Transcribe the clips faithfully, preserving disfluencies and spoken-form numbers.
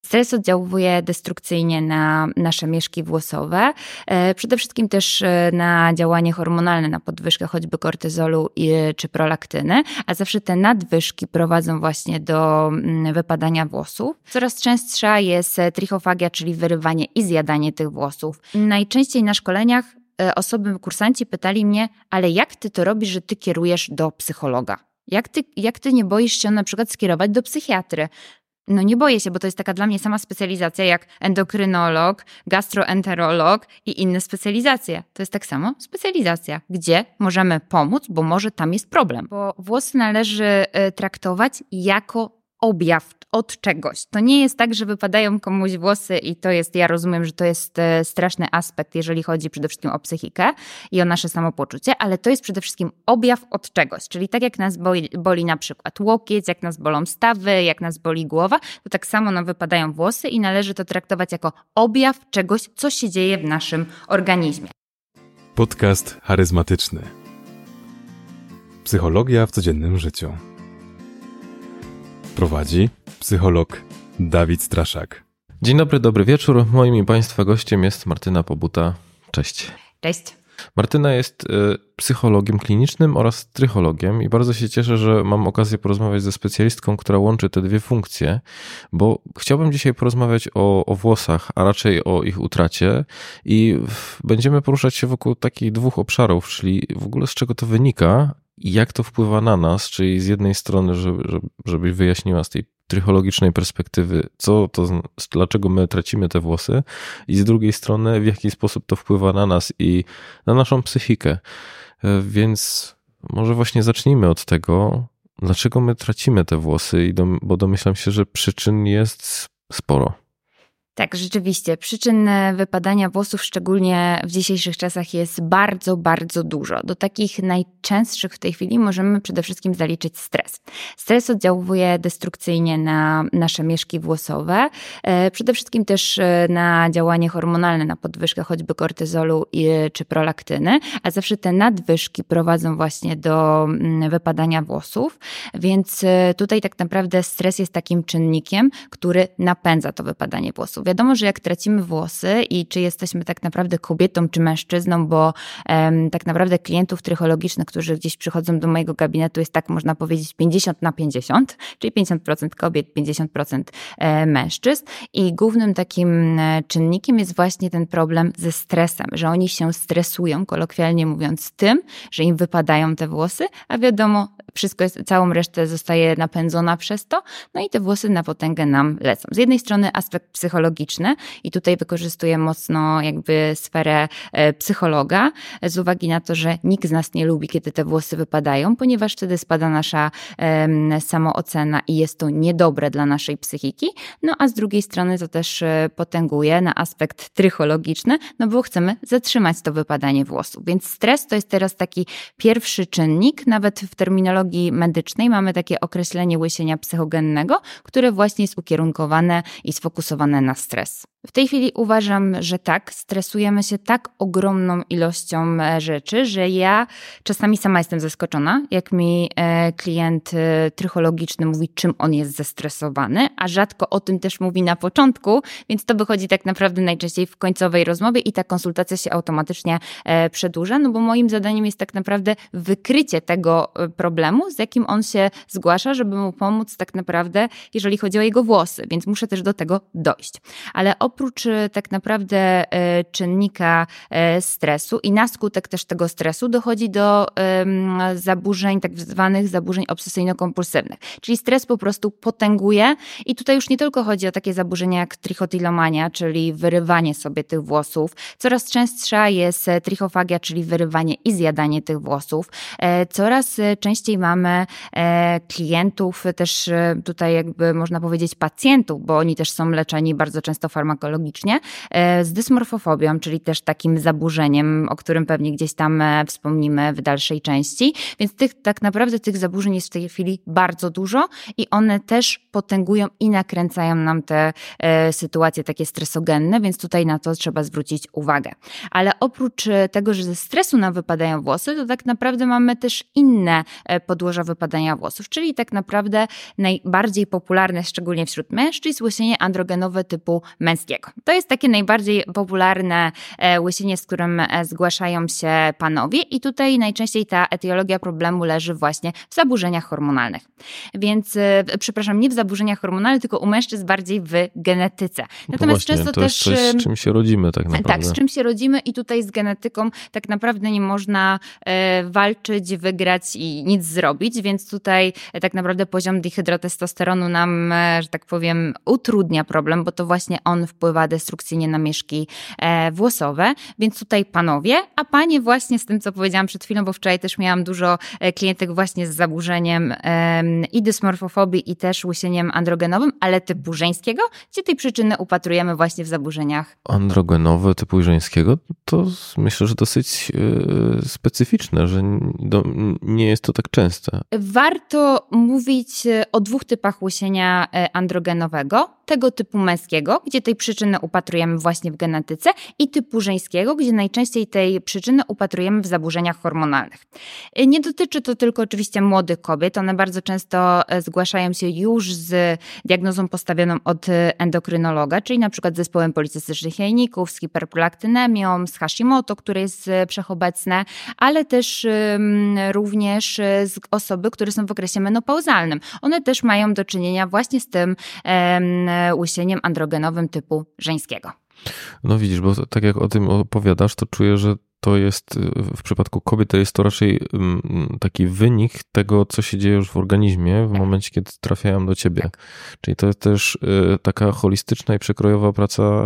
Stres oddziałuje destrukcyjnie na nasze mieszki włosowe, przede wszystkim też na działanie hormonalne, na podwyżkę choćby kortyzolu czy prolaktyny, a zawsze te nadwyżki prowadzą właśnie do wypadania włosów. Coraz częstsza jest trichofagia, czyli wyrywanie i zjadanie tych włosów. Najczęściej na szkoleniach osoby, kursanci pytali mnie, ale jak ty to robisz, że ty kierujesz do psychologa? Jak ty, jak ty nie boisz się na przykład skierować do psychiatry? No nie boję się, bo to jest taka dla mnie sama specjalizacja jak endokrynolog, gastroenterolog i inne specjalizacje. To jest tak samo specjalizacja, gdzie możemy pomóc, bo może tam jest problem. Bo włosy należy traktować jako objaw od czegoś. To nie jest tak, że wypadają komuś włosy i to jest, ja rozumiem, że to jest straszny aspekt, jeżeli chodzi przede wszystkim o psychikę i o nasze samopoczucie, ale to jest przede wszystkim objaw od czegoś. Czyli tak jak nas boli, boli na przykład łokieć, jak nas bolą stawy, jak nas boli głowa, to tak samo nam wypadają włosy i należy to traktować jako objaw czegoś, co się dzieje w naszym organizmie. Podcast charyzmatyczny. Psychologia w codziennym życiu. Prowadzi psycholog Dawid Straszak. Dzień dobry, dobry wieczór. Moim i Państwa gościem jest Martyna Pobuta. Cześć. Cześć. Martyna jest psychologiem klinicznym oraz trychologiem i bardzo się cieszę, że mam okazję porozmawiać ze specjalistką, która łączy te dwie funkcje, bo chciałbym dzisiaj porozmawiać o, o włosach, a raczej o ich utracie i będziemy poruszać się wokół takich dwóch obszarów, czyli w ogóle z czego to wynika i jak to wpływa na nas, czyli z jednej strony, żeby, żebyś wyjaśniła z tej trychologicznej perspektywy, co to, dlaczego my tracimy te włosy i z drugiej strony, w jaki sposób to wpływa na nas i na naszą psychikę. Więc może właśnie zacznijmy od tego, dlaczego my tracimy te włosy, bo domyślam się, że przyczyn jest sporo. Tak, rzeczywiście. Przyczyn wypadania włosów, szczególnie w dzisiejszych czasach, jest bardzo, bardzo dużo. Do takich najczęstszych w tej chwili możemy przede wszystkim zaliczyć stres. Stres oddziałuje destrukcyjnie na nasze mieszki włosowe, przede wszystkim też na działanie hormonalne, na podwyżkę choćby kortyzolu czy prolaktyny, a zawsze te nadwyżki prowadzą właśnie do wypadania włosów, więc tutaj tak naprawdę stres jest takim czynnikiem, który napędza to wypadanie włosów. Wiadomo, że jak tracimy włosy i czy jesteśmy tak naprawdę kobietą czy mężczyzną, bo um, tak naprawdę klientów trychologicznych, którzy gdzieś przychodzą do mojego gabinetu, jest tak, można powiedzieć, pięćdziesiąt na pięćdziesiąt, czyli pięćdziesiąt procent kobiet, pięćdziesiąt procent mężczyzn i głównym takim czynnikiem jest właśnie ten problem ze stresem, że oni się stresują, kolokwialnie mówiąc, tym, że im wypadają te włosy, a wiadomo, wszystko jest, całą resztę zostaje napędzona przez to, no i te włosy na potęgę nam lecą. Z jednej strony aspekt psychologiczny i tutaj wykorzystuję mocno jakby sferę e, psychologa z uwagi na to, że nikt z nas nie lubi, kiedy te włosy wypadają, ponieważ wtedy spada nasza e, samoocena i jest to niedobre dla naszej psychiki, no a z drugiej strony to też e, potęguje na aspekt trychologiczny, no bo chcemy zatrzymać to wypadanie włosów. Więc stres to jest teraz taki pierwszy czynnik, nawet w terminologii medycznej mamy takie określenie łysienia psychogennego, które właśnie jest ukierunkowane i sfokusowane na stres. W tej chwili uważam, że tak, stresujemy się tak ogromną ilością rzeczy, że ja czasami sama jestem zaskoczona, jak mi klient trychologiczny mówi, czym on jest zestresowany, a rzadko o tym też mówi na początku, więc to wychodzi tak naprawdę najczęściej w końcowej rozmowie i ta konsultacja się automatycznie przedłuża, no bo moim zadaniem jest tak naprawdę wykrycie tego problemu, z jakim on się zgłasza, żeby mu pomóc tak naprawdę, jeżeli chodzi o jego włosy, więc muszę też do tego dojść. Ale oprócz tak naprawdę czynnika stresu i na skutek też tego stresu dochodzi do zaburzeń, tak zwanych zaburzeń obsesyjno-kompulsywnych. Czyli stres po prostu potęguje i tutaj już nie tylko chodzi o takie zaburzenia jak trichotillomania, czyli wyrywanie sobie tych włosów. Coraz częstsza jest trichofagia, czyli wyrywanie i zjadanie tych włosów. Coraz częściej mamy klientów, też tutaj jakby można powiedzieć pacjentów, bo oni też są leczeni bardzo często farmakologicznie, farmakologicznie, z dysmorfofobią, czyli też takim zaburzeniem, o którym pewnie gdzieś tam wspomnimy w dalszej części. Więc tych, tak naprawdę tych zaburzeń jest w tej chwili bardzo dużo i one też potęgują i nakręcają nam te e, sytuacje takie stresogenne, więc tutaj na to trzeba zwrócić uwagę. Ale oprócz tego, że ze stresu nam wypadają włosy, to tak naprawdę mamy też inne podłoża wypadania włosów, czyli tak naprawdę najbardziej popularne, szczególnie wśród mężczyzn, łysienie androgenowe typu męskiego. To jest takie najbardziej popularne łysienie, z którym zgłaszają się panowie i tutaj najczęściej ta etiologia problemu leży właśnie w zaburzeniach hormonalnych. Więc, przepraszam, nie w zaburzeniach hormonalnych, tylko u mężczyzn bardziej w genetyce. Natomiast właśnie, często to też... To jest coś, z czym się rodzimy tak naprawdę. Tak, z czym się rodzimy i tutaj z genetyką tak naprawdę nie można e, walczyć, wygrać i nic zrobić, więc tutaj e, tak naprawdę poziom dihydrotestosteronu nam, e, że tak powiem, utrudnia problem, bo to właśnie on wpływa destrukcyjnie na mieszki e, włosowe, więc tutaj panowie, a panie właśnie z tym, co powiedziałam przed chwilą, bo wczoraj też miałam dużo klientek właśnie z zaburzeniem e, i dysmorfofobii i też łysieniem androgenowym, ale typu żeńskiego, gdzie tej przyczyny upatrujemy właśnie w zaburzeniach androgenowe typu żeńskiego, to myślę, że dosyć yy, specyficzne, że do, nie jest to tak częste. Warto mówić o dwóch typach łysienia androgenowego. Tego typu męskiego, gdzie tej przyczyny upatrujemy właśnie w genetyce i typu żeńskiego, gdzie najczęściej tej przyczyny upatrujemy w zaburzeniach hormonalnych. Nie dotyczy to tylko oczywiście młodych kobiet, one bardzo często zgłaszają się już z diagnozą postawioną od endokrynologa, czyli na przykład z zespołem policystycznych jajników, z hiperprolaktynemią, z Hashimoto, które jest wszechobecne, ale też um, również z osoby, które są w okresie menopauzalnym. One też mają do czynienia właśnie z tym um, łysieniem androgenowym typu żeńskiego. No widzisz, bo tak jak o tym opowiadasz, to czuję, że to jest w przypadku kobiet to jest to raczej taki wynik tego, co się dzieje już w organizmie w momencie, kiedy trafiają do ciebie. Tak. Czyli to jest też taka holistyczna i przekrojowa praca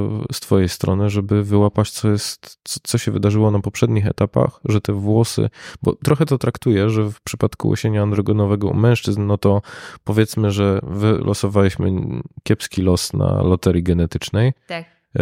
z twojej strony, żeby wyłapać, co jest, co się wydarzyło na poprzednich etapach, że te włosy, bo trochę to traktuję, że w przypadku łysienia androgenowego u mężczyzn, no to powiedzmy, że wylosowaliśmy kiepski los na loterii genetycznej. Tak.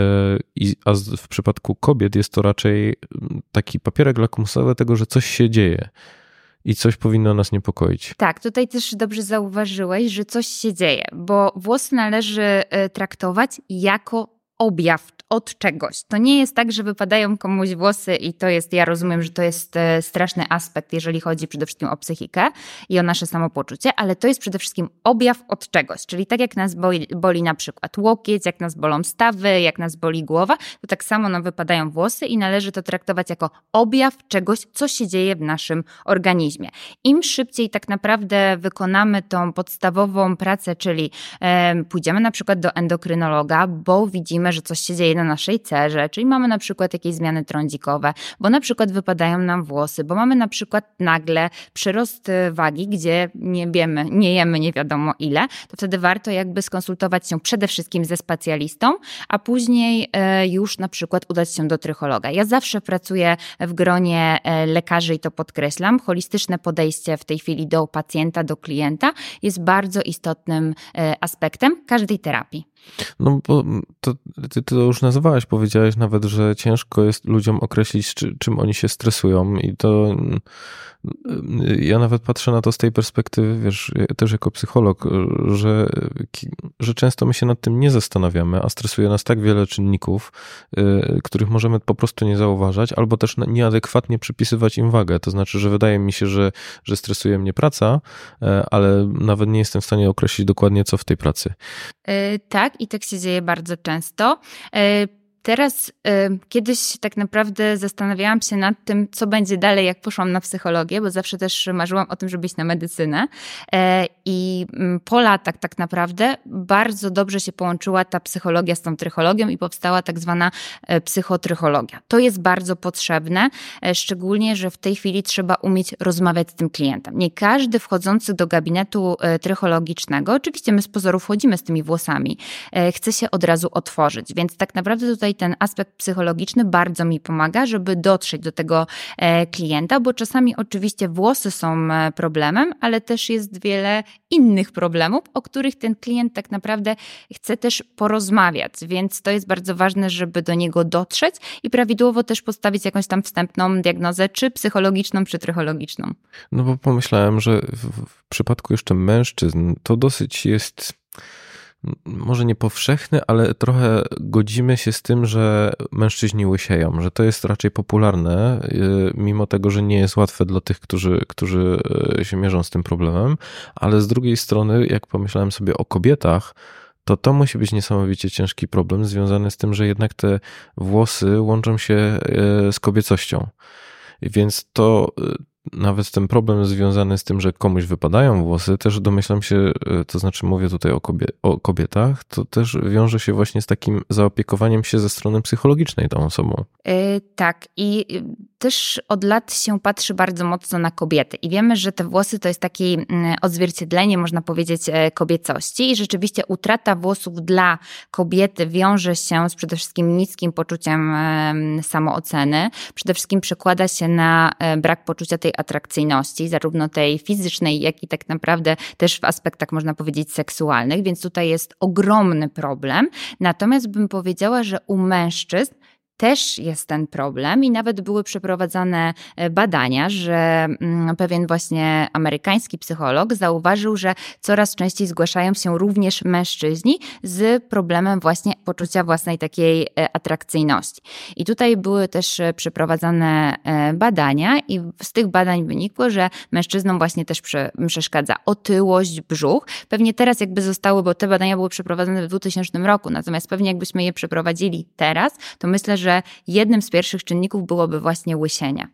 I, a w przypadku kobiet jest to raczej taki papierek lakmusowy tego, że coś się dzieje i coś powinno nas niepokoić. Tak, tutaj też dobrze zauważyłeś, że coś się dzieje, bo włosy należy traktować jako objaw od czegoś. To nie jest tak, że wypadają komuś włosy i to jest, ja rozumiem, że to jest straszny aspekt, jeżeli chodzi przede wszystkim o psychikę i o nasze samopoczucie, ale to jest przede wszystkim objaw od czegoś, czyli tak jak nas boli, boli na przykład łokieć, jak nas bolą stawy, jak nas boli głowa, to tak samo nam wypadają włosy i należy to traktować jako objaw czegoś, co się dzieje w naszym organizmie. Im szybciej tak naprawdę wykonamy tą podstawową pracę, czyli e, pójdziemy na przykład do endokrynologa, bo widzimy, że coś się dzieje na naszej cerze, czyli mamy na przykład jakieś zmiany trądzikowe, bo na przykład wypadają nam włosy, bo mamy na przykład nagle przyrost wagi, gdzie nie wiemy, nie jemy nie wiadomo ile, to wtedy warto jakby skonsultować się przede wszystkim ze specjalistą, a później już na przykład udać się do trychologa. Ja zawsze pracuję w gronie lekarzy i to podkreślam. Holistyczne podejście w tej chwili do pacjenta, do klienta jest bardzo istotnym aspektem każdej terapii. No bo to, ty, ty to już nazywałeś, powiedziałeś nawet, że ciężko jest ludziom określić, czy, czym oni się stresują i to ja nawet patrzę na to z tej perspektywy, wiesz, też jako psycholog, że, że często my się nad tym nie zastanawiamy, a stresuje nas tak wiele czynników, których możemy po prostu nie zauważać, albo też nieadekwatnie przypisywać im wagę. To znaczy, że wydaje mi się, że, że stresuje mnie praca, ale nawet nie jestem w stanie określić dokładnie, co w tej pracy. Yy, tak, i tak się dzieje bardzo często. Yy, Teraz y, kiedyś tak naprawdę zastanawiałam się nad tym, co będzie dalej, jak poszłam na psychologię, bo zawsze też marzyłam o tym, żeby iść na medycynę. E, I po latach tak naprawdę bardzo dobrze się połączyła ta psychologia z tą trychologią i powstała tak zwana psychotrychologia. To jest bardzo potrzebne, e, szczególnie, że w tej chwili trzeba umieć rozmawiać z tym klientem. Nie każdy wchodzący do gabinetu e, trychologicznego, oczywiście my z pozoru wchodzimy z tymi włosami, e, chce się od razu otworzyć, więc tak naprawdę tutaj ten aspekt psychologiczny bardzo mi pomaga, żeby dotrzeć do tego klienta, bo czasami oczywiście włosy są problemem, ale też jest wiele innych problemów, o których ten klient tak naprawdę chce też porozmawiać, więc to jest bardzo ważne, żeby do niego dotrzeć i prawidłowo też postawić jakąś tam wstępną diagnozę, czy psychologiczną, czy trychologiczną. No bo pomyślałem, że w, w przypadku jeszcze mężczyzn to dosyć jest może nie powszechny, ale trochę godzimy się z tym, że mężczyźni łysieją, że to jest raczej popularne, mimo tego, że nie jest łatwe dla tych, którzy, którzy się mierzą z tym problemem, ale z drugiej strony, jak pomyślałem sobie o kobietach, to to musi być niesamowicie ciężki problem związany z tym, że jednak te włosy łączą się z kobiecością. Więc to nawet ten problem związany z tym, że komuś wypadają włosy, też domyślam się, to znaczy mówię tutaj o, kobie, o kobietach, to też wiąże się właśnie z takim zaopiekowaniem się ze strony psychologicznej tą osobą. Yy, tak i też od lat się patrzy bardzo mocno na kobiety i wiemy, że te włosy to jest takie odzwierciedlenie, można powiedzieć, kobiecości i rzeczywiście utrata włosów dla kobiety wiąże się z przede wszystkim niskim poczuciem samooceny, przede wszystkim przekłada się na brak poczucia tej atrakcyjności, zarówno tej fizycznej, jak i tak naprawdę też w aspektach, można powiedzieć, seksualnych, więc tutaj jest ogromny problem. Natomiast bym powiedziała, że u mężczyzn też jest ten problem i nawet były przeprowadzane badania, że pewien właśnie amerykański psycholog zauważył, że coraz częściej zgłaszają się również mężczyźni z problemem właśnie poczucia własnej takiej atrakcyjności. I tutaj były też przeprowadzane badania i z tych badań wynikło, że mężczyznom właśnie też przeszkadza otyłość, brzuch. Pewnie teraz jakby zostały, bo te badania były przeprowadzone w dwutysięcznym roku, natomiast pewnie jakbyśmy je przeprowadzili teraz, to myślę, że że jednym z pierwszych czynników byłoby właśnie łysienie.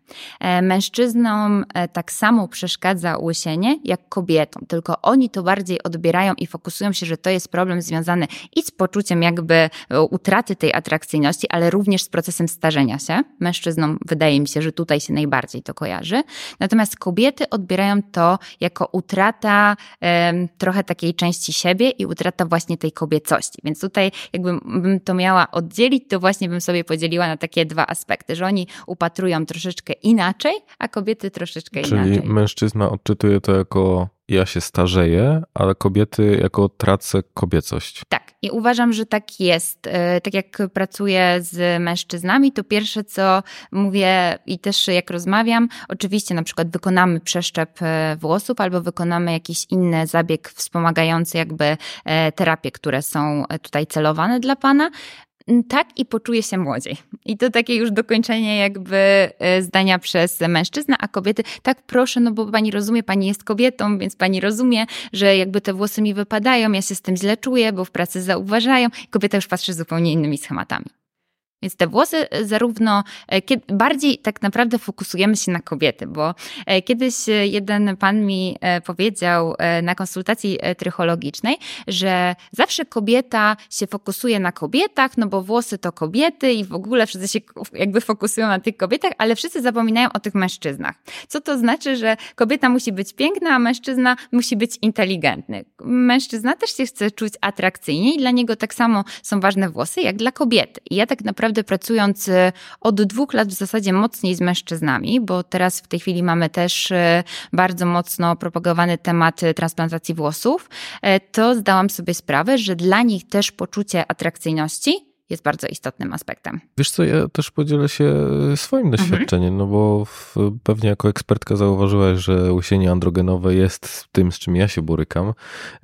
Mężczyznom tak samo przeszkadza łysienie jak kobietom, tylko oni to bardziej odbierają i fokusują się, że to jest problem związany i z poczuciem jakby utraty tej atrakcyjności, ale również z procesem starzenia się. Mężczyznom wydaje mi się, że tutaj się najbardziej to kojarzy. Natomiast kobiety odbierają to jako utrata um, trochę takiej części siebie i utrata właśnie tej kobiecości. Więc tutaj jakbym to miała oddzielić, to właśnie bym sobie podzieliła na takie dwa aspekty, że oni upatrują troszeczkę inaczej, a kobiety troszeczkę Czyli inaczej. Czyli mężczyzna odczytuje to jako ja się starzeję, ale kobiety jako tracę kobiecość. Tak i uważam, że tak jest. Tak jak pracuję z mężczyznami, to pierwsze co mówię i też jak rozmawiam, oczywiście na przykład wykonamy przeszczep włosów albo wykonamy jakiś inny zabieg wspomagający jakby terapie, które są tutaj celowane dla pana. Tak i poczuje się młodziej. I to takie już dokończenie jakby zdania przez mężczyznę, a kobiety, tak proszę, no bo pani rozumie, pani jest kobietą, więc pani rozumie, że jakby te włosy mi wypadają, ja się z tym źle czuję, bo w pracy zauważają. Kobieta już patrzy zupełnie innymi schematami. Więc te włosy zarówno, kiedy, bardziej tak naprawdę fokusujemy się na kobiety, bo kiedyś jeden pan mi powiedział na konsultacji trychologicznej, że zawsze kobieta się fokusuje na kobietach, no bo włosy to kobiety i w ogóle wszyscy się jakby fokusują na tych kobietach, ale wszyscy zapominają o tych mężczyznach. Co to znaczy, że kobieta musi być piękna, a mężczyzna musi być inteligentny. Mężczyzna też się chce czuć atrakcyjnie i dla niego tak samo są ważne włosy jak dla kobiety. I ja tak naprawdę pracując od dwóch lat w zasadzie mocniej z mężczyznami, bo teraz w tej chwili mamy też bardzo mocno propagowany temat transplantacji włosów, to zdałam sobie sprawę, że dla nich też poczucie atrakcyjności jest bardzo istotnym aspektem. Wiesz co, ja też podzielę się swoim doświadczeniem, mhm. no bo w, pewnie jako ekspertka zauważyłaś, że łysienie androgenowe jest tym, z czym ja się borykam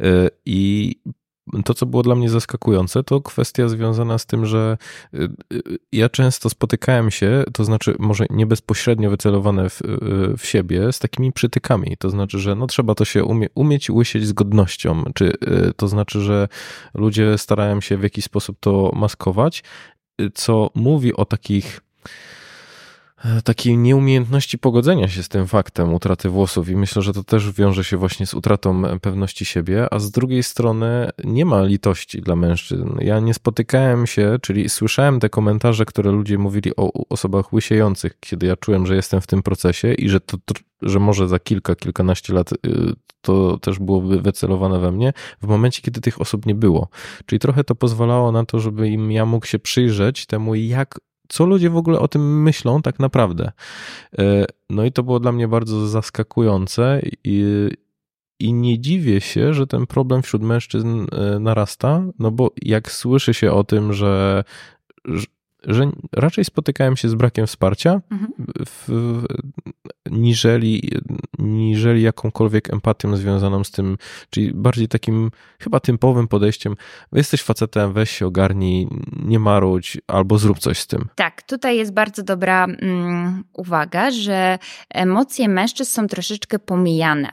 i to, co było dla mnie zaskakujące, to kwestia związana z tym, że ja często spotykałem się, to znaczy może nie bezpośrednio wycelowane w, w siebie, z takimi przytykami. To znaczy, że no trzeba to się umie, umieć łysieć z godnością. Czy to znaczy, że ludzie starają się w jakiś sposób to maskować, co mówi o takich takiej nieumiejętności pogodzenia się z tym faktem utraty włosów i myślę, że to też wiąże się właśnie z utratą pewności siebie, a z drugiej strony nie ma litości dla mężczyzn. Ja nie spotykałem się, czyli słyszałem te komentarze, które ludzie mówili o osobach łysiejących, kiedy ja czułem, że jestem w tym procesie i że to, że może za kilka, kilkanaście lat to też byłoby wycelowane we mnie, w momencie, kiedy tych osób nie było. Czyli trochę to pozwalało na to, żeby im ja mógł się przyjrzeć temu, jak co ludzie w ogóle o tym myślą tak naprawdę. No i to było dla mnie bardzo zaskakujące i I nie dziwię się, że ten problem wśród mężczyzn narasta, no bo jak słyszy się o tym, że, że raczej spotykają się z brakiem wsparcia, mhm. w, niżeli, niżeli jakąkolwiek empatią związaną z tym, czyli bardziej takim chyba typowym podejściem, jesteś facetem, weź się ogarnij, nie marudź, albo zrób coś z tym. Tak, tutaj jest bardzo dobra um, uwaga, że emocje mężczyzn są troszeczkę pomijane.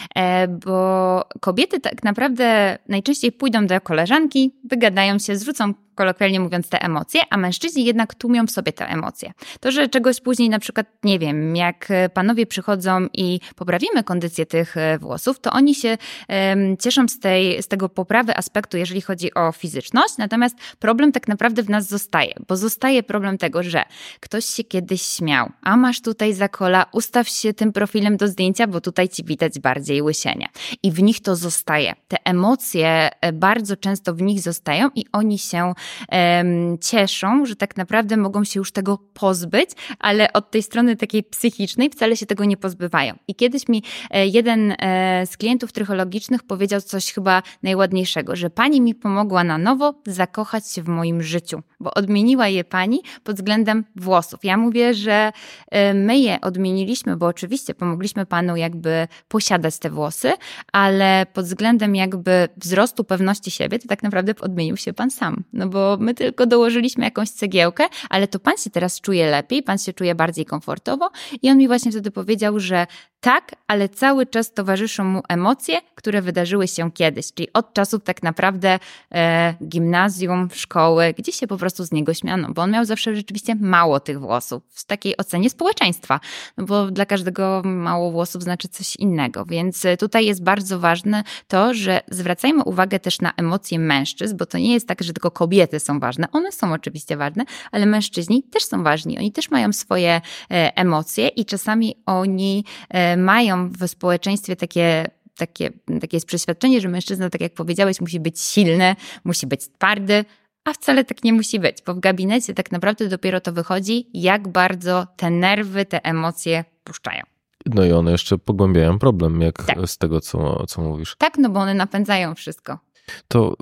Bo kobiety tak naprawdę najczęściej pójdą do koleżanki, wygadają się, zwrócą kolokwialnie mówiąc te emocje, a mężczyźni jednak tłumią w sobie te emocje. To, że czegoś później na przykład, nie wiem, jak panowie przychodzą i poprawimy kondycję tych włosów, to oni się um, cieszą z, tej, z tego poprawy aspektu, jeżeli chodzi o fizyczność, natomiast problem tak naprawdę w nas zostaje, bo zostaje problem tego, że ktoś się kiedyś śmiał, a masz tutaj zakola, ustaw się tym profilem do zdjęcia, bo tutaj ci widać bardziej łysienie. I w nich to zostaje. Te emocje bardzo często w nich zostają i oni się um, cieszą, że tak naprawdę mogą się już tego pozbyć, ale od tej strony takiej psychicznej wcale się tego nie pozbywają. I kiedyś mi jeden z klientów trychologicznych powiedział coś chyba najładniejszego, że pani mi pomogła na nowo zakochać się w moim życiu, bo odmieniła je pani pod względem włosów. Ja mówię, że my je odmieniliśmy, bo oczywiście pomogliśmy panu jakby posiadać te włosy, ale pod względem jakby wzrostu pewności siebie, to tak naprawdę odmienił się pan sam. No bo my tylko dołożyliśmy jakąś cegiełkę, ale to pan się teraz czuje lepiej, pan się czuje bardziej komfortowo i on mi właśnie wtedy powiedział, że tak, ale cały czas towarzyszą mu emocje, które wydarzyły się kiedyś, czyli od czasów tak naprawdę e, gimnazjum, szkoły, gdzie się po prostu z niego śmiano, bo on miał zawsze rzeczywiście mało tych włosów w takiej ocenie społeczeństwa, no bo dla każdego mało włosów znaczy coś innego, więc tutaj jest bardzo ważne to, że zwracajmy uwagę też na emocje mężczyzn, bo to nie jest tak, że tylko kobiety są ważne, one są oczywiście ważne, ale mężczyźni też są ważni, oni też mają swoje e, emocje i czasami oni e, mają w społeczeństwie takie, takie, takie jest przeświadczenie, że mężczyzna, tak jak powiedziałeś, musi być silny, musi być twardy, a wcale tak nie musi być, bo w gabinecie tak naprawdę dopiero to wychodzi, jak bardzo te nerwy, te emocje puszczają. No i one jeszcze pogłębiają problem, jak tak. z tego, co, co mówisz. Tak, no bo one napędzają wszystko. To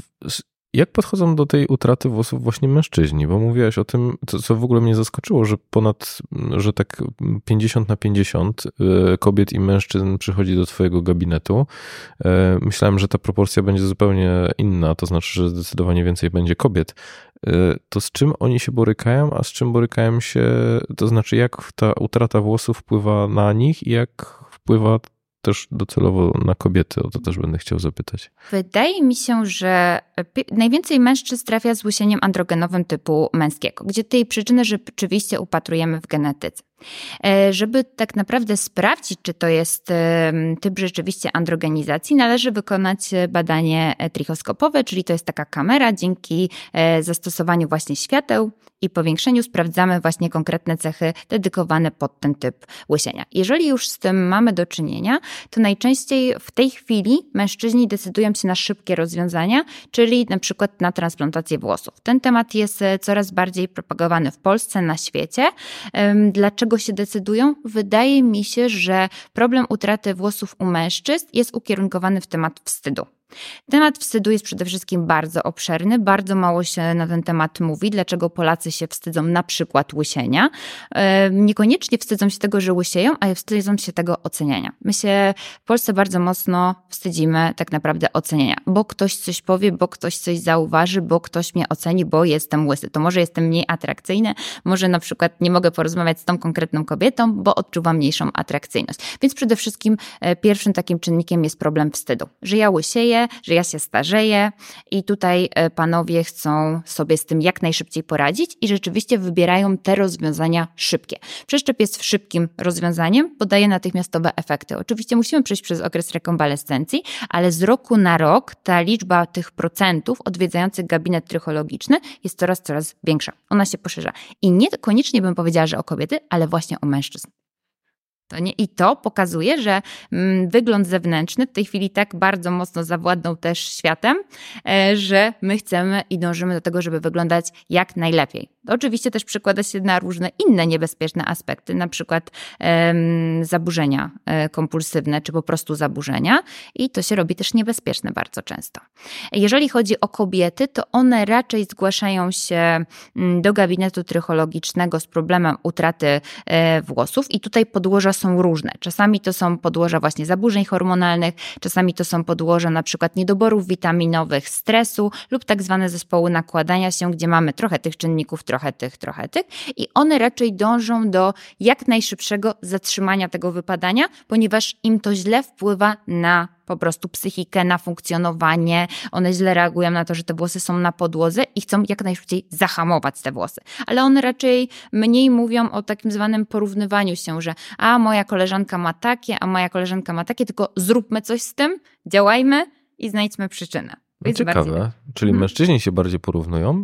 jak podchodzą do tej utraty włosów właśnie mężczyźni? Bo mówiłaś o tym, co, co w ogóle mnie zaskoczyło, że ponad, że tak pięćdziesiąt na pięćdziesiąt kobiet i mężczyzn przychodzi do twojego gabinetu. Myślałem, że ta proporcja będzie zupełnie inna, to znaczy, że zdecydowanie więcej będzie kobiet. To z czym oni się borykają, a z czym borykają się, to znaczy jak ta utrata włosów wpływa na nich i jak wpływa też docelowo na kobiety, o to też będę chciał zapytać. Wydaje mi się, że najwięcej mężczyzn trafia z łysieniem androgenowym typu męskiego, gdzie tej przyczyny rzeczywiście upatrujemy w genetyce. Żeby tak naprawdę sprawdzić, czy to jest typ rzeczywiście androgenizacji, należy wykonać badanie trichoskopowe, czyli to jest taka kamera, dzięki zastosowaniu właśnie świateł i powiększeniu sprawdzamy właśnie konkretne cechy dedykowane pod ten typ łysienia. Jeżeli już z tym mamy do czynienia, to najczęściej w tej chwili mężczyźni decydują się na szybkie rozwiązania, czyli na przykład na transplantację włosów. Ten temat jest coraz bardziej propagowany w Polsce, na świecie. Dlaczego się decydują? Wydaje mi się, że problem utraty włosów u mężczyzn jest ukierunkowany w temat wstydu. Temat wstydu jest przede wszystkim bardzo obszerny, bardzo mało się na ten temat mówi, dlaczego Polacy się wstydzą na przykład łysienia. Niekoniecznie wstydzą się tego, że łysieją, a wstydzą się tego oceniania. My się w Polsce bardzo mocno wstydzimy tak naprawdę oceniania, bo ktoś coś powie, bo ktoś coś zauważy, bo ktoś mnie oceni, bo jestem łysy. To może jestem mniej atrakcyjny, może na przykład nie mogę porozmawiać z tą konkretną kobietą, bo odczuwam mniejszą atrakcyjność. Więc przede wszystkim pierwszym takim czynnikiem jest problem wstydu, że ja łysieję, że ja się starzeję i tutaj panowie chcą sobie z tym jak najszybciej poradzić i rzeczywiście wybierają te rozwiązania szybkie. Przeszczep jest szybkim rozwiązaniem, bo daje natychmiastowe efekty. Oczywiście musimy przejść przez okres rekonwalescencji, ale z roku na rok ta liczba tych procentów odwiedzających gabinet trychologiczny jest coraz, coraz większa. Ona się poszerza. I niekoniecznie bym powiedziała, że o kobiety, ale właśnie o mężczyzn. To nie, I to pokazuje, że mm, wygląd zewnętrzny w tej chwili tak bardzo mocno zawładnął też światem, e, że my chcemy i dążymy do tego, żeby wyglądać jak najlepiej. To oczywiście też przekłada się na różne inne niebezpieczne aspekty, na przykład em, zaburzenia e, kompulsywne, czy po prostu zaburzenia i to się robi też niebezpieczne bardzo często. Jeżeli chodzi o kobiety, to one raczej zgłaszają się do gabinetu trychologicznego z problemem utraty e, włosów i tutaj podłoża są różne. Czasami to są podłoża właśnie zaburzeń hormonalnych, czasami to są podłoża na przykład niedoborów witaminowych, stresu lub tak zwane zespoły nakładania się, gdzie mamy trochę tych czynników, trochę tych, trochę tych i one raczej dążą do jak najszybszego zatrzymania tego wypadania, ponieważ im to źle wpływa na po prostu psychikę, na funkcjonowanie. One źle reagują na to, że te włosy są na podłodze i chcą jak najszybciej zahamować te włosy. Ale one raczej mniej mówią o takim zwanym porównywaniu się, że a moja koleżanka ma takie, a moja koleżanka ma takie, tylko zróbmy coś z tym, działajmy i znajdźmy przyczynę. No ciekawe, bardziej... czyli hmm. mężczyźni się bardziej porównują?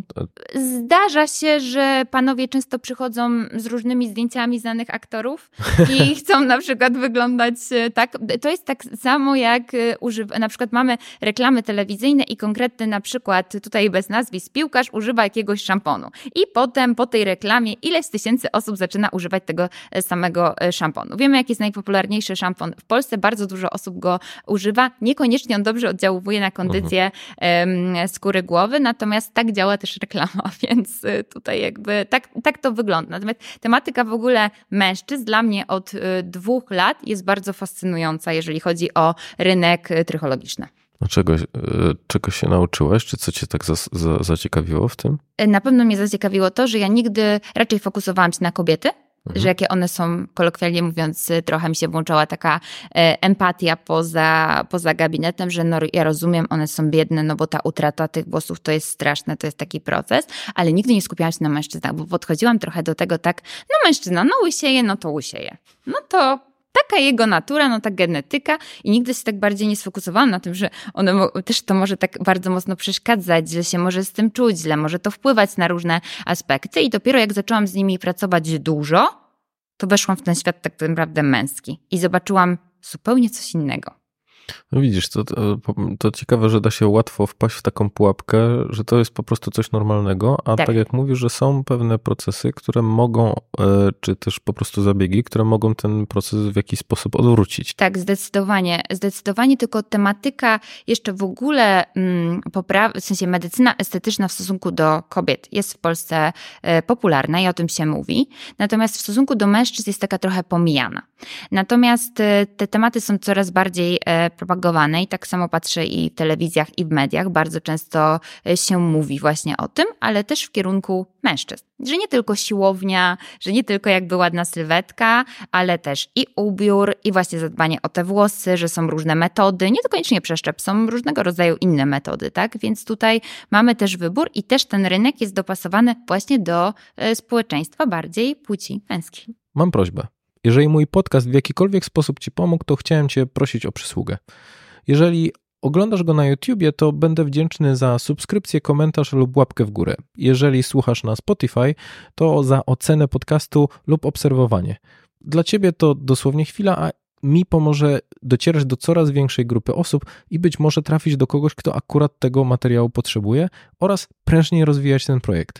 Zdarza się, że panowie często przychodzą z różnymi zdjęciami znanych aktorów i chcą na przykład wyglądać tak. To jest tak samo jak używa, na przykład mamy reklamy telewizyjne i konkretny na przykład tutaj bez nazwisk piłkarz używa jakiegoś szamponu i potem po tej reklamie ileś tysięcy osób zaczyna używać tego samego szamponu. Wiemy, jaki jest najpopularniejszy szampon w Polsce, bardzo dużo osób go używa, niekoniecznie on dobrze oddziałuje na kondycję mhm. skóry głowy, natomiast tak działa też reklama, więc tutaj jakby tak, tak to wygląda. Natomiast tematyka w ogóle mężczyzn dla mnie od dwóch lat jest bardzo fascynująca, jeżeli chodzi o rynek trychologiczny. A czegoś, czegoś się nauczyłaś? Czy co cię tak za, za, zaciekawiło w tym? Na pewno mnie zaciekawiło to, że ja nigdy raczej fokusowałam się na kobiety, Mhm. że jakie one są, kolokwialnie mówiąc, trochę mi się włączała taka e, empatia poza, poza gabinetem, że no, ja rozumiem, one są biedne, no bo ta utrata tych włosów to jest straszne, to jest taki proces, ale nigdy nie skupiałam się na mężczyznach, bo podchodziłam trochę do tego tak, no mężczyzna, no łysieje, no to łysieje. No to taka jego natura, no ta genetyka i nigdy się tak bardziej nie sfokusowałam na tym, że one mo- też to może tak bardzo mocno przeszkadzać, źle się może z tym czuć, źle może to wpływać na różne aspekty i dopiero jak zaczęłam z nimi pracować dużo, to weszłam w ten świat tak naprawdę męski i zobaczyłam zupełnie coś innego. No widzisz, to, to, to ciekawe, że da się łatwo wpaść w taką pułapkę, że to jest po prostu coś normalnego, a tak, tak jak mówisz, że są pewne procesy, które mogą, czy też po prostu zabiegi, które mogą ten proces w jakiś sposób odwrócić. Tak, zdecydowanie. Zdecydowanie, tylko tematyka jeszcze w ogóle mm, popraw- w sensie medycyna estetyczna w stosunku do kobiet jest w Polsce e, popularna i o tym się mówi, natomiast w stosunku do mężczyzn jest taka trochę pomijana. Natomiast e, te tematy są coraz bardziej e, propagowane i tak samo patrzę i w telewizjach i w mediach. Bardzo często się mówi właśnie o tym, ale też w kierunku mężczyzn. Że nie tylko siłownia, że nie tylko jakby ładna sylwetka, ale też i ubiór i właśnie zadbanie o te włosy, że są różne metody, nie to koniecznie przeszczep, są różnego rodzaju inne metody, tak? Więc tutaj mamy też wybór i też ten rynek jest dopasowany właśnie do społeczeństwa bardziej płci męskiej. Mam prośbę. Jeżeli mój podcast w jakikolwiek sposób ci pomógł, to chciałem cię prosić o przysługę. Jeżeli oglądasz go na YouTubie, to będę wdzięczny za subskrypcję, komentarz lub łapkę w górę. Jeżeli słuchasz na Spotify, to za ocenę podcastu lub obserwowanie. Dla ciebie to dosłownie chwila, a mi pomoże docierać do coraz większej grupy osób i być może trafić do kogoś, kto akurat tego materiału potrzebuje oraz prężniej rozwijać ten projekt.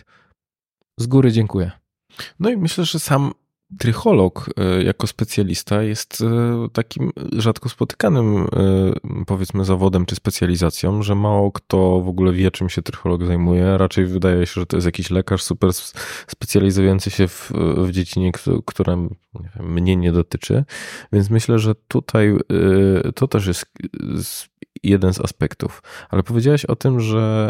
Z góry dziękuję. No i myślę, że sam trycholog jako specjalista jest takim rzadko spotykanym, powiedzmy, zawodem czy specjalizacją, że mało kto w ogóle wie, czym się trycholog zajmuje. Raczej wydaje się, że to jest jakiś lekarz super specjalizujący się w, w dziedzinie, która nie wiem, mnie nie dotyczy. Więc myślę, że tutaj to też jest jeden z aspektów. Ale powiedziałaś o tym, że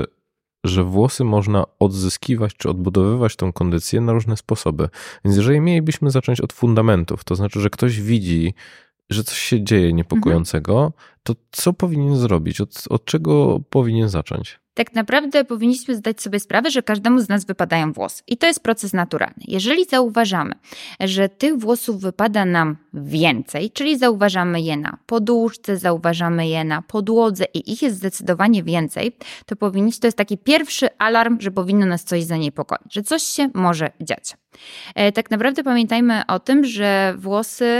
że włosy można odzyskiwać czy odbudowywać tą kondycję na różne sposoby. Więc jeżeli mielibyśmy zacząć od fundamentów, to znaczy, że ktoś widzi, że coś się dzieje niepokojącego, mhm. to co powinien zrobić? Od, od czego powinien zacząć? Tak naprawdę powinniśmy zdać sobie sprawę, że każdemu z nas wypadają włosy. I to jest proces naturalny. Jeżeli zauważamy, że tych włosów wypada nam więcej, czyli zauważamy je na poduszce, zauważamy je na podłodze i ich jest zdecydowanie więcej, to powinniśmy, to jest taki pierwszy alarm, że powinno nas coś zaniepokoić, że coś się może dziać. Tak naprawdę pamiętajmy o tym, że włosy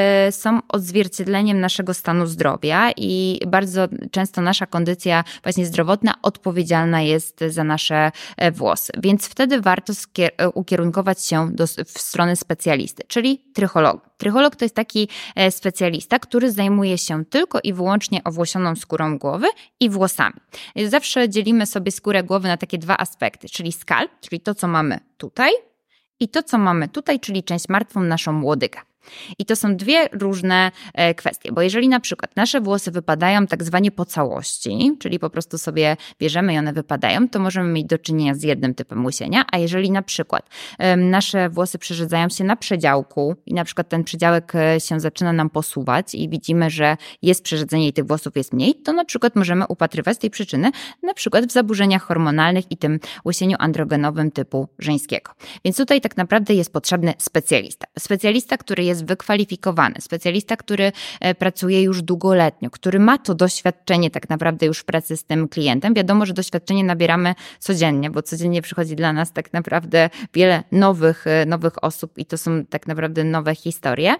są odzwierciedleniem naszego stanu zdrowia i bardzo często nasza kondycja właśnie zdrowotna odpowiedzialna jest za nasze włosy. Więc wtedy warto ukierunkować się do, w stronę specjalisty, czyli trychologa. Trycholog to jest taki specjalista, który zajmuje się tylko i wyłącznie owłosioną skórą głowy i włosami. Zawsze dzielimy sobie skórę głowy na takie dwa aspekty, czyli skalp, czyli to, co mamy tutaj, i to, co mamy tutaj, czyli część martwą, naszą łodygę. I to są dwie różne kwestie, bo jeżeli na przykład nasze włosy wypadają tak zwanie po całości, czyli po prostu sobie bierzemy i one wypadają, to możemy mieć do czynienia z jednym typem łysienia, a jeżeli na przykład nasze włosy przerzedzają się na przedziałku i na przykład ten przedziałek się zaczyna nam posuwać i widzimy, że jest przerzedzenie i tych włosów jest mniej, to na przykład możemy upatrywać tej przyczyny na przykład w zaburzeniach hormonalnych i tym łysieniu androgenowym typu żeńskiego. Więc tutaj tak naprawdę jest potrzebny specjalista. Specjalista, który jest wykwalifikowany, specjalista, który pracuje już długoletnio, który ma to doświadczenie tak naprawdę już w pracy z tym klientem. Wiadomo, że doświadczenie nabieramy codziennie, bo codziennie przychodzi dla nas tak naprawdę wiele nowych, nowych osób i to są tak naprawdę nowe historie.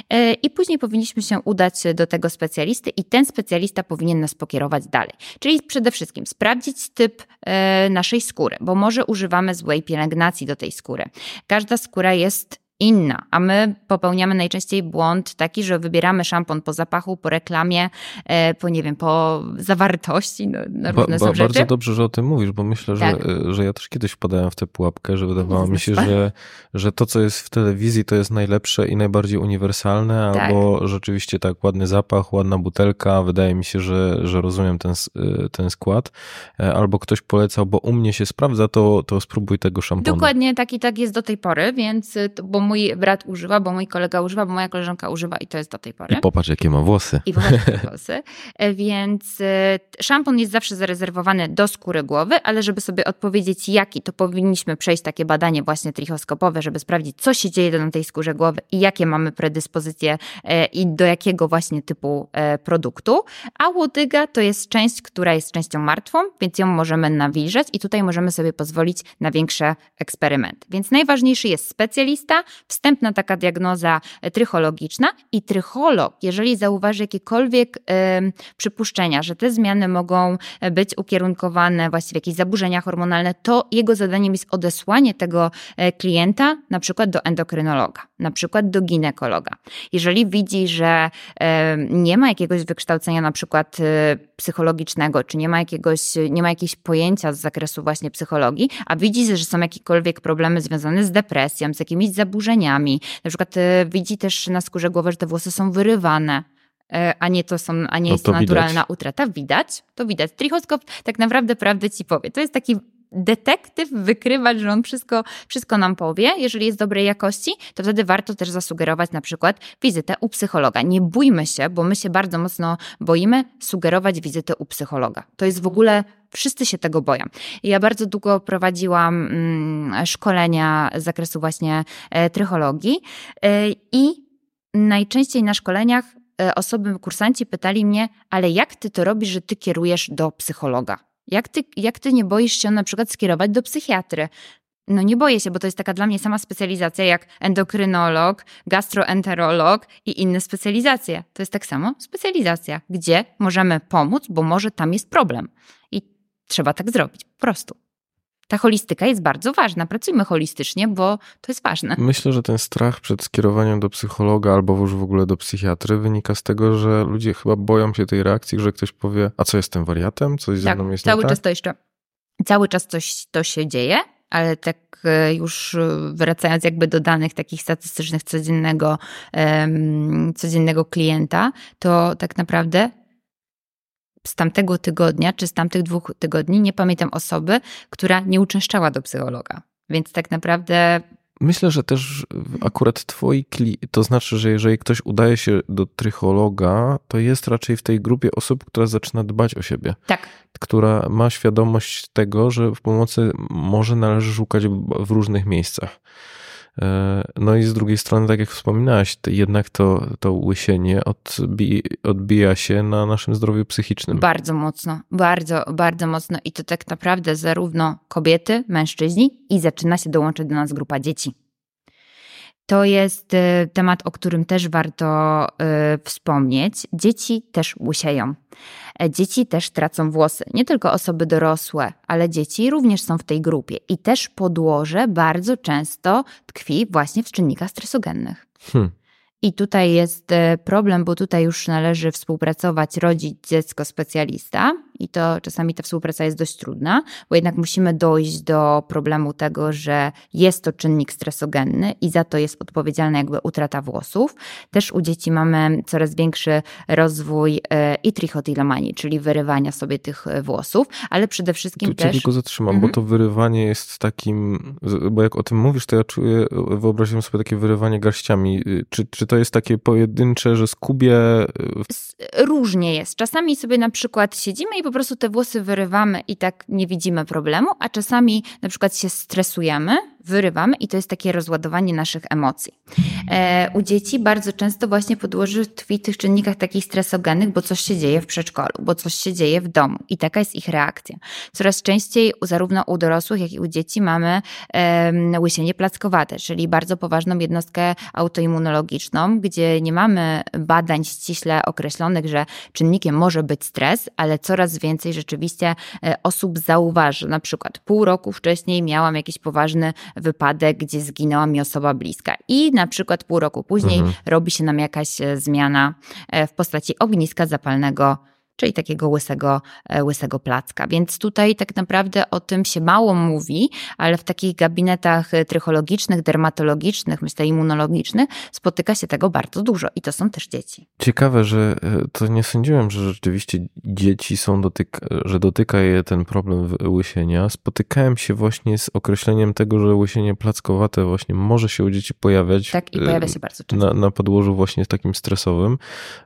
I później powinniśmy się udać do tego specjalisty i ten specjalista powinien nas pokierować dalej. Czyli przede wszystkim sprawdzić typ naszej skóry, bo może używamy złej pielęgnacji do tej skóry. Każda skóra jest inna, a my popełniamy najczęściej błąd taki, że wybieramy szampon po zapachu, po reklamie, po nie wiem, po zawartości, no, na różne ba, ba, są rzeczy. Bardzo dobrze, że o tym mówisz, bo myślę, tak. że, że ja też kiedyś wpadałem w tę pułapkę, że wydawało mi się, że, że to, co jest w telewizji, to jest najlepsze i najbardziej uniwersalne, tak. Albo rzeczywiście tak ładny zapach, ładna butelka, wydaje mi się, że, że rozumiem ten, ten skład, albo ktoś polecał, bo u mnie się sprawdza, to, to spróbuj tego szamponu. Dokładnie tak i tak jest do tej pory, więc, bo mój brat używa, bo mój kolega używa, bo moja koleżanka używa i to jest do tej pory. I popatrz, jakie ma włosy. I popatrz, jakie włosy. Więc szampon jest zawsze zarezerwowany do skóry głowy, ale żeby sobie odpowiedzieć jaki, to powinniśmy przejść takie badanie właśnie trichoskopowe, żeby sprawdzić, co się dzieje na tej skórze głowy i jakie mamy predyspozycje i do jakiego właśnie typu produktu. A łodyga to jest część, która jest częścią martwą, więc ją możemy nawilżać i tutaj możemy sobie pozwolić na większe eksperymenty. Więc najważniejszy jest specjalista, wstępna taka diagnoza trychologiczna i trycholog, jeżeli zauważy jakiekolwiek y, przypuszczenia, że te zmiany mogą być ukierunkowane właściwie jakieś zaburzenia hormonalne, to jego zadaniem jest odesłanie tego klienta na przykład do endokrynologa, na przykład do ginekologa. Jeżeli widzi, że y, nie ma jakiegoś wykształcenia na przykład y, psychologicznego, czy nie ma jakiegoś, nie ma jakiegoś pojęcia z zakresu właśnie psychologii, a widzi, że są jakiekolwiek problemy związane z depresją, z jakimiś zaburzeniami. Na przykład widzi też na skórze głowy, że te włosy są wyrywane, a nie to, są, a nie no jest to naturalna widać. utrata. Widać, to widać. Trichoskop tak naprawdę prawdę ci powie. To jest taki detektyw, wykrywacz, że on wszystko, wszystko nam powie. Jeżeli jest dobrej jakości, to wtedy warto też zasugerować na przykład wizytę u psychologa. Nie bójmy się, bo my się bardzo mocno boimy sugerować wizytę u psychologa. To jest w ogóle... Wszyscy się tego boją. Ja bardzo długo prowadziłam mm, szkolenia z zakresu właśnie e, trychologii e, i najczęściej na szkoleniach e, osoby, kursanci pytali mnie, ale jak ty to robisz, że ty kierujesz do psychologa? Jak ty, jak ty nie boisz się na przykład skierować do psychiatry? No nie boję się, bo to jest taka dla mnie sama specjalizacja jak endokrynolog, gastroenterolog i inne specjalizacje. To jest tak samo specjalizacja, gdzie możemy pomóc, bo może tam jest problem. I trzeba tak zrobić, po prostu. Ta holistyka jest bardzo ważna. Pracujmy holistycznie, bo to jest ważne. Myślę, że ten strach przed skierowaniem do psychologa albo już w ogóle do psychiatry wynika z tego, że ludzie chyba boją się tej reakcji, że ktoś powie, a co, jestem wariatem? Coś ze tak, mną jest cały nie tak? czas to jeszcze, cały czas coś to się dzieje, ale tak już wracając jakby do danych takich statystycznych codziennego, um, codziennego klienta, to tak naprawdę z tamtego tygodnia, czy z tamtych dwóch tygodni nie pamiętam osoby, która nie uczęszczała do psychologa. Więc tak naprawdę... Myślę, że też akurat twoi klienci, to znaczy, że jeżeli ktoś udaje się do trychologa, to jest raczej w tej grupie osób, która zaczyna dbać o siebie. Tak. Która ma świadomość tego, że w pomocy może należy szukać w różnych miejscach. No i z drugiej strony, tak jak wspominałaś, to jednak to, to łysienie odbija, odbija się na naszym zdrowiu psychicznym. Bardzo mocno, bardzo, bardzo mocno i to tak naprawdę zarówno kobiety, mężczyźni i zaczyna się dołączyć do nas grupa dzieci. to jest temat, o którym też warto wspomnieć. Dzieci też łysieją. Dzieci też tracą włosy. Nie tylko osoby dorosłe, ale dzieci również są w tej grupie. I też podłoże bardzo często tkwi właśnie w czynnikach stresogennych. Hmm. I tutaj jest problem, bo tutaj już należy współpracować rodzic, dziecko, specjalista i to czasami ta współpraca jest dość trudna, bo jednak musimy dojść do problemu tego, że jest to czynnik stresogenny i za to jest odpowiedzialna jakby utrata włosów. Też u dzieci mamy coraz większy rozwój i trichotillomanii, czyli wyrywania sobie tych włosów, ale przede wszystkim tu też... Tu tylko zatrzymam, mhm. bo to wyrywanie jest takim, bo jak o tym mówisz, to ja czuję, wyobraziłem sobie takie wyrywanie garściami. Czy, czy to jest takie pojedyncze, że skubie... Różnie jest. Czasami sobie na przykład siedzimy i po prostu te włosy wyrywamy i tak nie widzimy problemu, a czasami na przykład się stresujemy, wyrywamy i to jest takie rozładowanie naszych emocji. E, u dzieci bardzo często właśnie podłoże tkwi w tych czynnikach takich stresogennych, bo coś się dzieje w przedszkolu, bo coś się dzieje w domu i taka jest ich reakcja. Coraz częściej zarówno u dorosłych, jak i u dzieci mamy e, łysienie plackowate, czyli bardzo poważną jednostkę autoimmunologiczną, gdzie nie mamy badań ściśle określonych, że czynnikiem może być stres, ale coraz więcej rzeczywiście osób zauważy. Na przykład pół roku wcześniej miałam jakiś poważny wypadek, gdzie zginęła mi osoba bliska i na przykład pół roku później mhm. robi się nam jakaś zmiana w postaci ogniska zapalnego, czyli takiego łysego, łysego placka. Więc tutaj tak naprawdę o tym się mało mówi, ale w takich gabinetach trychologicznych, dermatologicznych, myślę immunologicznych spotyka się tego bardzo dużo i to są też dzieci. Ciekawe, że to nie sądziłem, że rzeczywiście dzieci są dotyka, że dotyka je ten problem łysienia. Spotykałem się właśnie z określeniem tego, że łysienie plackowate właśnie może się u dzieci pojawiać. Tak, i pojawia się bardzo często. Na, na podłożu właśnie takim stresowym.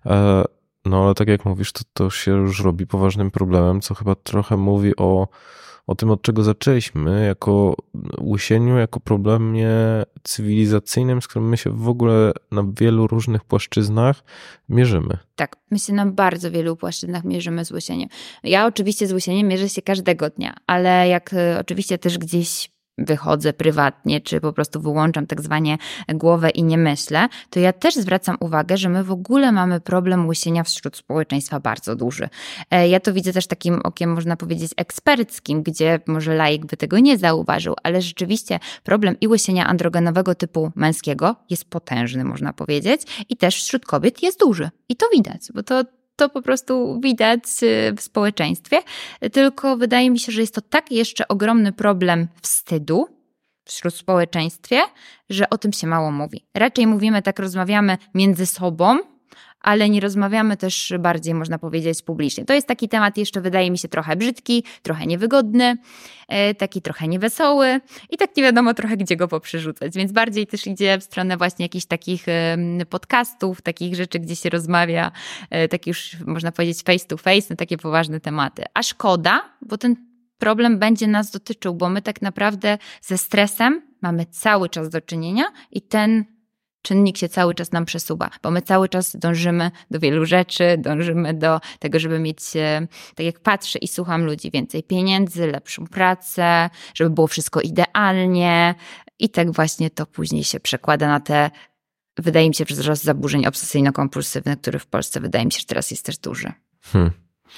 No ale tak jak mówisz, to, to się już robi poważnym problemem, co chyba trochę mówi o, o tym, od czego zaczęliśmy, jako łysieniu, jako problemie cywilizacyjnym, z którym my się w ogóle na wielu różnych płaszczyznach mierzymy. Tak, my się na bardzo wielu płaszczyznach mierzymy z łysieniem. Ja oczywiście z łysieniem mierzę się każdego dnia, ale jak oczywiście też gdzieś wychodzę prywatnie, czy po prostu wyłączam tak zwanie głowę i nie myślę, to ja też zwracam uwagę, że my w ogóle mamy problem łysienia wśród społeczeństwa bardzo duży. Ja to widzę też takim okiem, można powiedzieć, eksperckim, gdzie może laik by tego nie zauważył, ale rzeczywiście problem i łysienia androgenowego typu męskiego jest potężny, można powiedzieć, i też wśród kobiet jest duży. I to widać, bo to To po prostu widać w społeczeństwie, tylko wydaje mi się, że jest to tak jeszcze ogromny problem wstydu wśród społeczeństwie, że o tym się mało mówi. Raczej mówimy, tak rozmawiamy między sobą, ale nie rozmawiamy też bardziej, można powiedzieć, publicznie. To jest taki temat jeszcze, wydaje mi się, trochę brzydki, trochę niewygodny, taki trochę niewesoły i tak nie wiadomo trochę, gdzie go poprzerzucać. Więc bardziej też idzie w stronę właśnie jakichś takich podcastów, takich rzeczy, gdzie się rozmawia, tak już można powiedzieć face to face, na takie poważne tematy. A szkoda, bo ten problem będzie nas dotyczył, bo my tak naprawdę ze stresem mamy cały czas do czynienia i ten czynnik się cały czas nam przesuwa, bo my cały czas dążymy do wielu rzeczy, dążymy do tego, żeby mieć, tak jak patrzę i słucham ludzi, więcej pieniędzy, lepszą pracę, żeby było wszystko idealnie i tak właśnie to później się przekłada na te, wydaje mi się, wzrost zaburzeń obsesyjno-kompulsywnych, który w Polsce wydaje mi się, że teraz jest też duży. Hmm.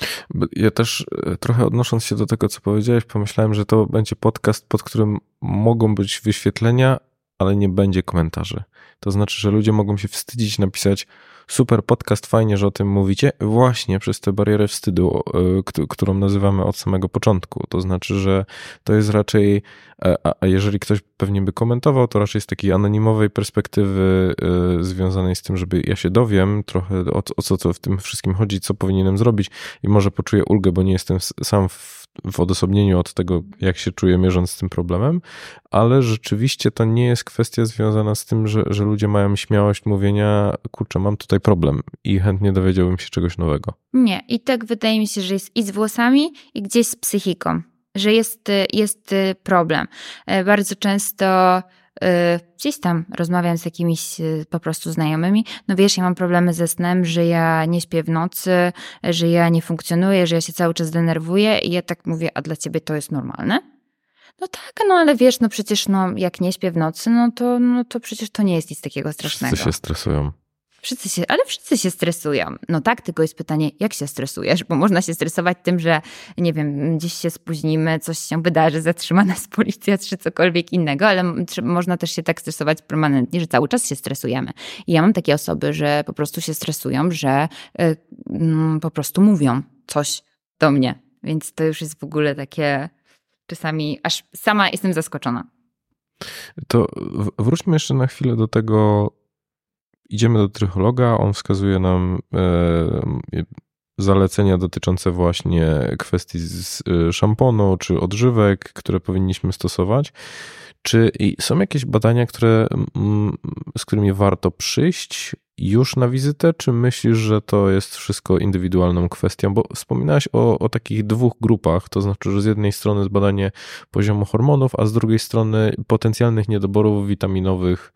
Ja też trochę odnosząc się do tego, co powiedziałeś, pomyślałem, że to będzie podcast, pod którym mogą być wyświetlenia, ale nie będzie komentarzy. To znaczy, że ludzie mogą się wstydzić napisać super podcast, fajnie, że o tym mówicie, właśnie przez tę barierę wstydu, którą nazywamy od samego początku. To znaczy, że to jest raczej, a jeżeli ktoś pewnie by komentował, to raczej z takiej anonimowej perspektywy związanej z tym, żeby ja się dowiem trochę o, o co to w tym wszystkim chodzi, co powinienem zrobić i może poczuję ulgę, bo nie jestem sam w, w odosobnieniu od tego, jak się czuję mierząc z tym problemem, ale rzeczywiście to nie jest kwestia związana z tym, że, że ludzie mają śmiałość mówienia, kurczę, mam tutaj problem i chętnie dowiedziałbym się czegoś nowego. Nie, i tak wydaje mi się, że jest i z włosami, i gdzieś z psychiką, że jest, jest problem. Bardzo często gdzieś tam rozmawiam z jakimiś po prostu znajomymi, no wiesz, ja mam problemy ze snem, że ja nie śpię w nocy, że ja nie funkcjonuję, że ja się cały czas denerwuję i ja tak mówię, a dla ciebie to jest normalne? No tak, no ale wiesz, no przecież no, jak nie śpię w nocy, no to, no to przecież to nie jest nic takiego strasznego. Wszyscy się stresują. Wszyscy się, ale wszyscy się stresują. No tak, tylko jest pytanie, jak się stresujesz? Bo można się stresować tym, że nie wiem, gdzieś się spóźnimy, coś się wydarzy, zatrzyma nas policja czy cokolwiek innego, ale można też się tak stresować permanentnie, że cały czas się stresujemy. I ja mam takie osoby, że po prostu się stresują, że y, y, po prostu mówią coś do mnie. Więc to już jest w ogóle takie czasami, aż sama jestem zaskoczona. To wróćmy jeszcze na chwilę do tego. Idziemy do trychologa, on wskazuje nam e, zalecenia dotyczące właśnie kwestii z szamponu czy odżywek, które powinniśmy stosować. Czy są jakieś badania, które, z którymi warto przyjść już na wizytę, czy myślisz, że to jest wszystko indywidualną kwestią? Bo wspominałaś o, o takich dwóch grupach, to znaczy, że z jednej strony zbadanie poziomu hormonów, a z drugiej strony potencjalnych niedoborów witaminowych.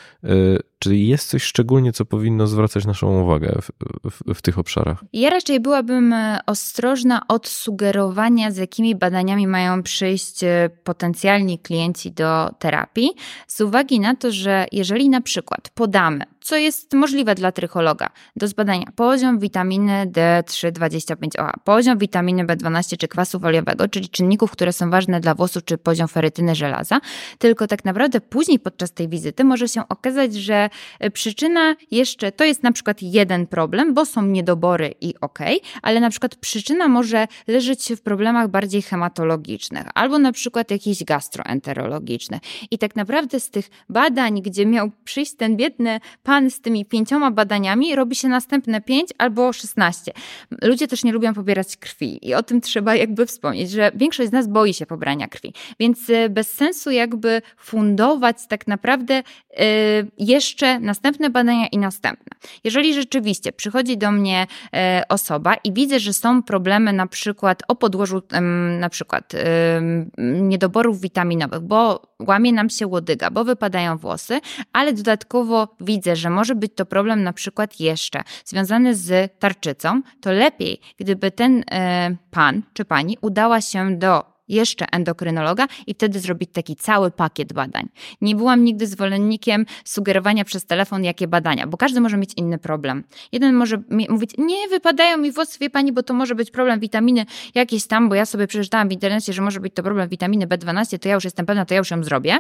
Czy jest coś szczególnie, co powinno zwracać naszą uwagę w, w, w tych obszarach? Ja raczej byłabym ostrożna od sugerowania, z jakimi badaniami mają przyjść potencjalni klienci do terapii, z uwagi na to, że jeżeli na przykład podamy, co jest możliwe dla trychologa, do zbadania poziom witaminy D trzy dwadzieścia pięć O A, poziom witaminy B dwanaście czy kwasu foliowego, czyli czynników, które są ważne dla włosów, czy poziom ferytyny żelaza, tylko tak naprawdę później podczas tej wizyty może się okazać, że przyczyna jeszcze, to jest na przykład jeden problem, bo są niedobory i okej, okay, ale na przykład przyczyna może leżeć w problemach bardziej hematologicznych albo na przykład jakichś gastroenterologicznych. I tak naprawdę z tych badań, gdzie miał przyjść ten biedny pan z tymi pięcioma badaniami, robi się następne pięć albo szesnaście. Ludzie też nie lubią pobierać krwi i o tym trzeba jakby wspomnieć, że większość z nas boi się pobrania krwi, więc bez sensu jakby fundować tak naprawdę yy, jeszcze następne badania i następne. Jeżeli rzeczywiście przychodzi do mnie e, osoba i widzę, że są problemy na przykład o podłożu em, na przykład em, niedoborów witaminowych, bo łamie nam się łodyga, bo wypadają włosy, ale dodatkowo widzę, że może być to problem na przykład jeszcze związany z tarczycą, to lepiej, gdyby ten e, pan czy pani udała się do jeszcze endokrynologa i wtedy zrobić taki cały pakiet badań. Nie byłam nigdy zwolennikiem sugerowania przez telefon, jakie badania, bo każdy może mieć inny problem. Jeden może mi mówić, nie, wypadają mi włosy, wie pani, bo to może być problem witaminy jakieś tam, bo ja sobie przeczytałam w internecie, że może być to problem witaminy B dwanaście, to ja już jestem pewna, to ja już ją zrobię.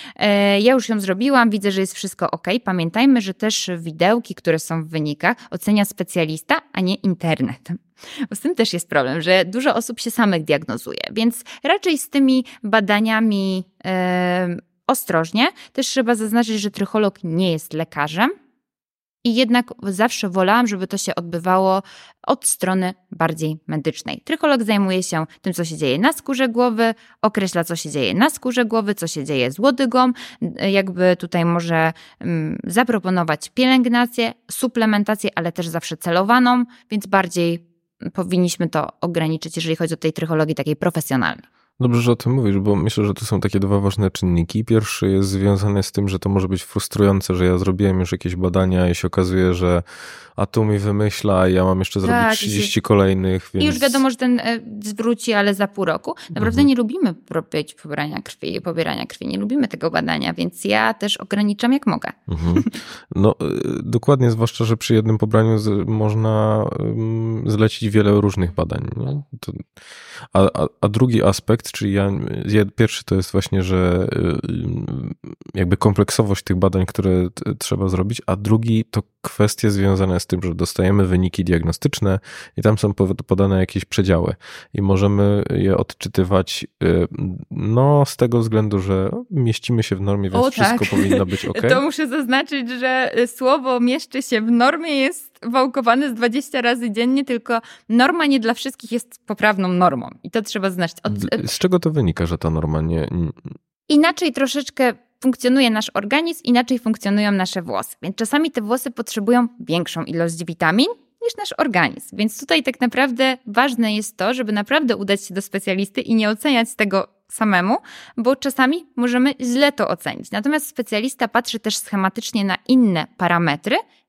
E, ja już ją zrobiłam, widzę, że jest wszystko ok. Pamiętajmy, że też widełki, które są w wynikach, ocenia specjalista, a nie internet. Bo z tym też jest problem, że dużo osób się samych diagnozuje, więc raczej z tymi badaniami yy, ostrożnie. Też trzeba zaznaczyć, że trycholog nie jest lekarzem i jednak zawsze wolałam, żeby to się odbywało od strony bardziej medycznej. Trycholog zajmuje się tym, co się dzieje na skórze głowy, określa, co się dzieje na skórze głowy, co się dzieje z łodygą, jakby tutaj może um, zaproponować pielęgnację, suplementację, ale też zawsze celowaną, więc bardziej powinniśmy to ograniczyć, jeżeli chodzi o tej trychologii takiej profesjonalnej. Dobrze, że o tym mówisz, bo myślę, że tu są takie dwa ważne czynniki. Pierwszy jest związany z tym, że to może być frustrujące, że ja zrobiłem już jakieś badania i się okazuje, że a tu mi wymyśla, a ja mam jeszcze zrobić tak, trzydzieści kolejnych. Więc... I już wiadomo, że ten e, zwróci, ale za pół roku. Naprawdę mhm. nie lubimy robić pobierania krwi, pobierania krwi, nie lubimy tego badania, więc ja też ograniczam jak mogę. Mhm. No dokładnie, zwłaszcza, że przy jednym pobraniu z, można um, zlecić wiele różnych badań. Nie? To, a, a, a drugi aspekt, czyli ja, pierwszy to jest właśnie, że jakby kompleksowość tych badań, które t, trzeba zrobić, a drugi to kwestie związane z tym, że dostajemy wyniki diagnostyczne i tam są podane jakieś przedziały i możemy je odczytywać no z tego względu, że mieścimy się w normie, więc o, wszystko tak. powinno być ok. To muszę zaznaczyć, że słowo mieszczy się w normie jest wałkowane z dwadzieścia razy dziennie, tylko norma nie dla wszystkich jest poprawną normą i to trzeba zaznaczyć. Od... Z czego to wynika, że ta norma nie... Inaczej troszeczkę funkcjonuje nasz organizm, inaczej funkcjonują nasze włosy. Więc czasami te włosy potrzebują większą ilość witamin niż nasz organizm. Więc tutaj tak naprawdę ważne jest to, żeby naprawdę udać się do specjalisty i nie oceniać tego samemu, bo czasami możemy źle to ocenić. Natomiast specjalista patrzy też schematycznie na inne parametry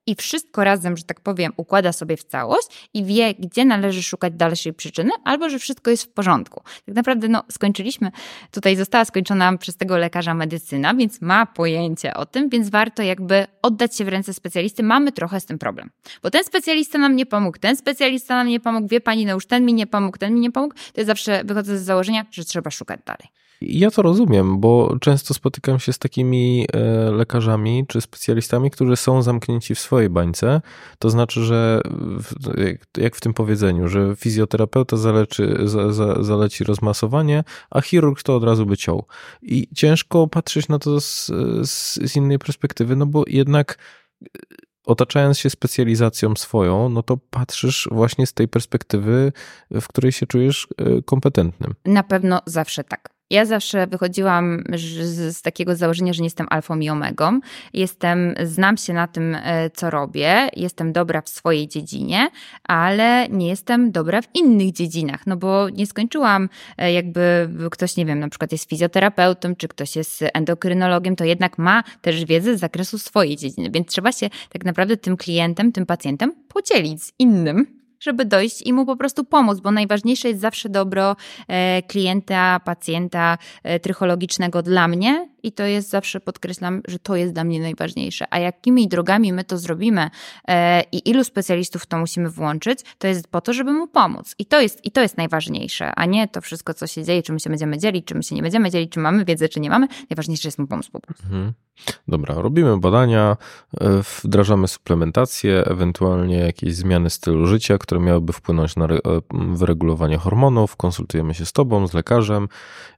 i wszystko razem, że tak powiem, układa sobie w całość i wie, gdzie należy szukać dalszej przyczyny, albo że wszystko jest w porządku. Tak naprawdę no, skończyliśmy, tutaj została skończona przez tego lekarza medycyna, więc ma pojęcie o tym, więc warto jakby oddać się w ręce specjalisty. Mamy trochę z tym problem, bo ten specjalista nam nie pomógł, ten specjalista nam nie pomógł, wie pani, no już ten mi nie pomógł, ten mi nie pomógł. To ja zawsze wychodzę z założenia, że trzeba szukać dalej. Ja to rozumiem, bo często spotykam się z takimi lekarzami czy specjalistami, którzy są zamknięci w swojej bańce. To znaczy, że jak w tym powiedzeniu, że fizjoterapeuta zaleczy, za, za, zaleci rozmasowanie, a chirurg to od razu by ciął. I ciężko patrzeć na to z, z, z innej perspektywy, no bo jednak otaczając się specjalizacją swoją, no to patrzysz właśnie z tej perspektywy, w której się czujesz kompetentnym. Na pewno zawsze tak. Ja zawsze wychodziłam z, z takiego założenia, że nie jestem alfą i omegą. Jestem, znam się na tym, co robię, jestem dobra w swojej dziedzinie, ale nie jestem dobra w innych dziedzinach, no bo nie skończyłam jakby ktoś, nie wiem, na przykład jest fizjoterapeutą, czy ktoś jest endokrynologiem, to jednak ma też wiedzę z zakresu swojej dziedziny, więc trzeba się tak naprawdę tym klientem, tym pacjentem podzielić z innym, żeby dojść i mu po prostu pomóc, bo najważniejsze jest zawsze dobro klienta, pacjenta trychologicznego dla mnie i to jest zawsze, podkreślam, że to jest dla mnie najważniejsze. A jakimi drogami my to zrobimy i ilu specjalistów to musimy włączyć, to jest po to, żeby mu pomóc. I to jest, i to jest najważniejsze, a nie to wszystko, co się dzieje, czy my się będziemy dzielić, czy my się nie będziemy dzielić, czy mamy wiedzę, czy nie mamy. Najważniejsze jest mu pomóc po prostu. Mhm. Dobra, robimy badania, wdrażamy suplementację, ewentualnie jakieś zmiany stylu życia, które miałyby wpłynąć na wyregulowanie hormonów, konsultujemy się z tobą, z lekarzem.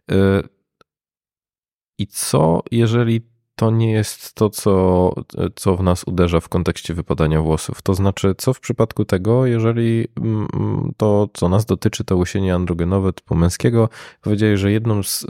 I co, jeżeli to nie jest to, co, co w nas uderza w kontekście wypadania włosów? To znaczy, co w przypadku tego, jeżeli to, co nas dotyczy, to łysienie androgenowe typu męskiego, powiedziałeś, że jedną z,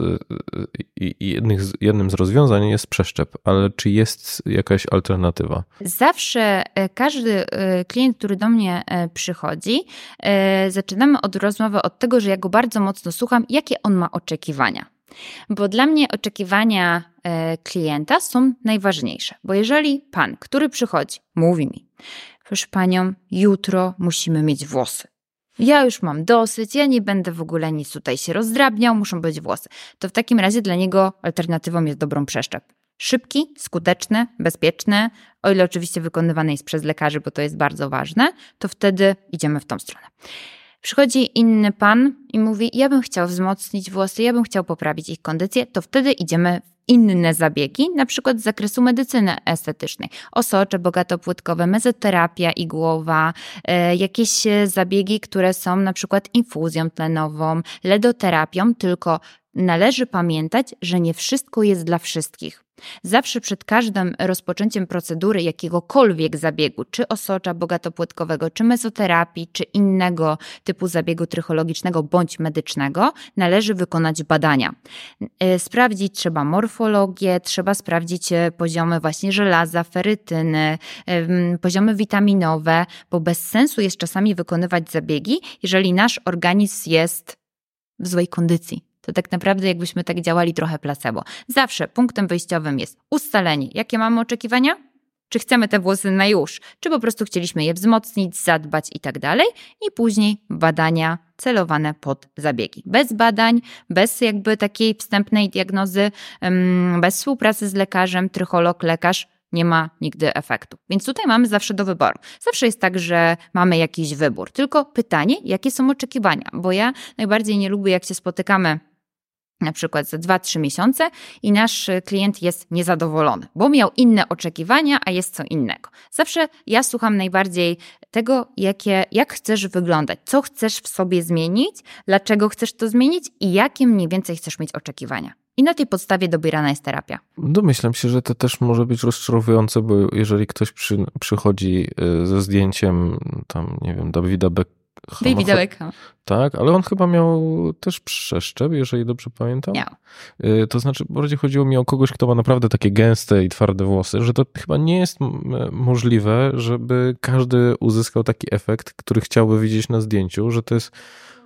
jednych, jednym z rozwiązań jest przeszczep, ale czy jest jakaś alternatywa? Zawsze każdy klient, który do mnie przychodzi, zaczynamy od rozmowy od tego, że ja go bardzo mocno słucham, jakie on ma oczekiwania. Bo dla mnie oczekiwania klienta są najważniejsze. Bo jeżeli pan, który przychodzi, mówi mi, proszę panią, jutro musimy mieć włosy. Ja już mam dosyć, ja nie będę w ogóle nic tutaj się rozdrabniał, muszą być włosy. To w takim razie dla niego alternatywą jest dobrą przeszczep. Szybki, skuteczny, bezpieczny, o ile oczywiście wykonywany jest przez lekarzy, bo to jest bardzo ważne, to wtedy idziemy w tą stronę. Przychodzi inny pan i mówi, ja bym chciał wzmocnić włosy, ja bym chciał poprawić ich kondycję, to wtedy idziemy w inne zabiegi, na przykład z zakresu medycyny estetycznej. Osocze bogatopłytkowe, mezoterapia igłowa, e, jakieś zabiegi, które są na przykład infuzją tlenową, ledoterapią, tylko należy pamiętać, że nie wszystko jest dla wszystkich. Zawsze przed każdym rozpoczęciem procedury jakiegokolwiek zabiegu, czy osocza bogatopłytkowego, czy mezoterapii, czy innego typu zabiegu trychologicznego bądź medycznego, należy wykonać badania. Sprawdzić trzeba morfologię, trzeba sprawdzić poziomy właśnie żelaza, ferytyny, poziomy witaminowe, bo bez sensu jest czasami wykonywać zabiegi, jeżeli nasz organizm jest w złej kondycji. To tak naprawdę jakbyśmy tak działali trochę placebo. Zawsze punktem wyjściowym jest ustalenie, jakie mamy oczekiwania, czy chcemy te włosy na już, czy po prostu chcieliśmy je wzmocnić, zadbać i tak dalej i później badania celowane pod zabiegi. Bez badań, bez jakby takiej wstępnej diagnozy, bez współpracy z lekarzem, trycholog, lekarz, nie ma nigdy efektu. Więc tutaj mamy zawsze do wyboru. Zawsze jest tak, że mamy jakiś wybór. Tylko pytanie, jakie są oczekiwania? Bo ja najbardziej nie lubię, jak się spotykamy na przykład za dwa trzy miesiące i nasz klient jest niezadowolony, bo miał inne oczekiwania, a jest co innego. Zawsze ja słucham najbardziej tego, jakie, jak chcesz wyglądać, co chcesz w sobie zmienić, dlaczego chcesz to zmienić i jakie mniej więcej chcesz mieć oczekiwania. I na tej podstawie dobierana jest terapia. Domyślam się, że to też może być rozczarowujące, bo jeżeli ktoś przy, przychodzi ze zdjęciem tam, nie wiem, Davida Beckhama. Davida Beckhama. Tak, ale on chyba miał też przeszczep, jeżeli dobrze pamiętam. Miał. To znaczy, bardziej chodziło mi o kogoś, kto ma naprawdę takie gęste i twarde włosy, że to chyba nie jest możliwe, żeby każdy uzyskał taki efekt, który chciałby widzieć na zdjęciu, że to jest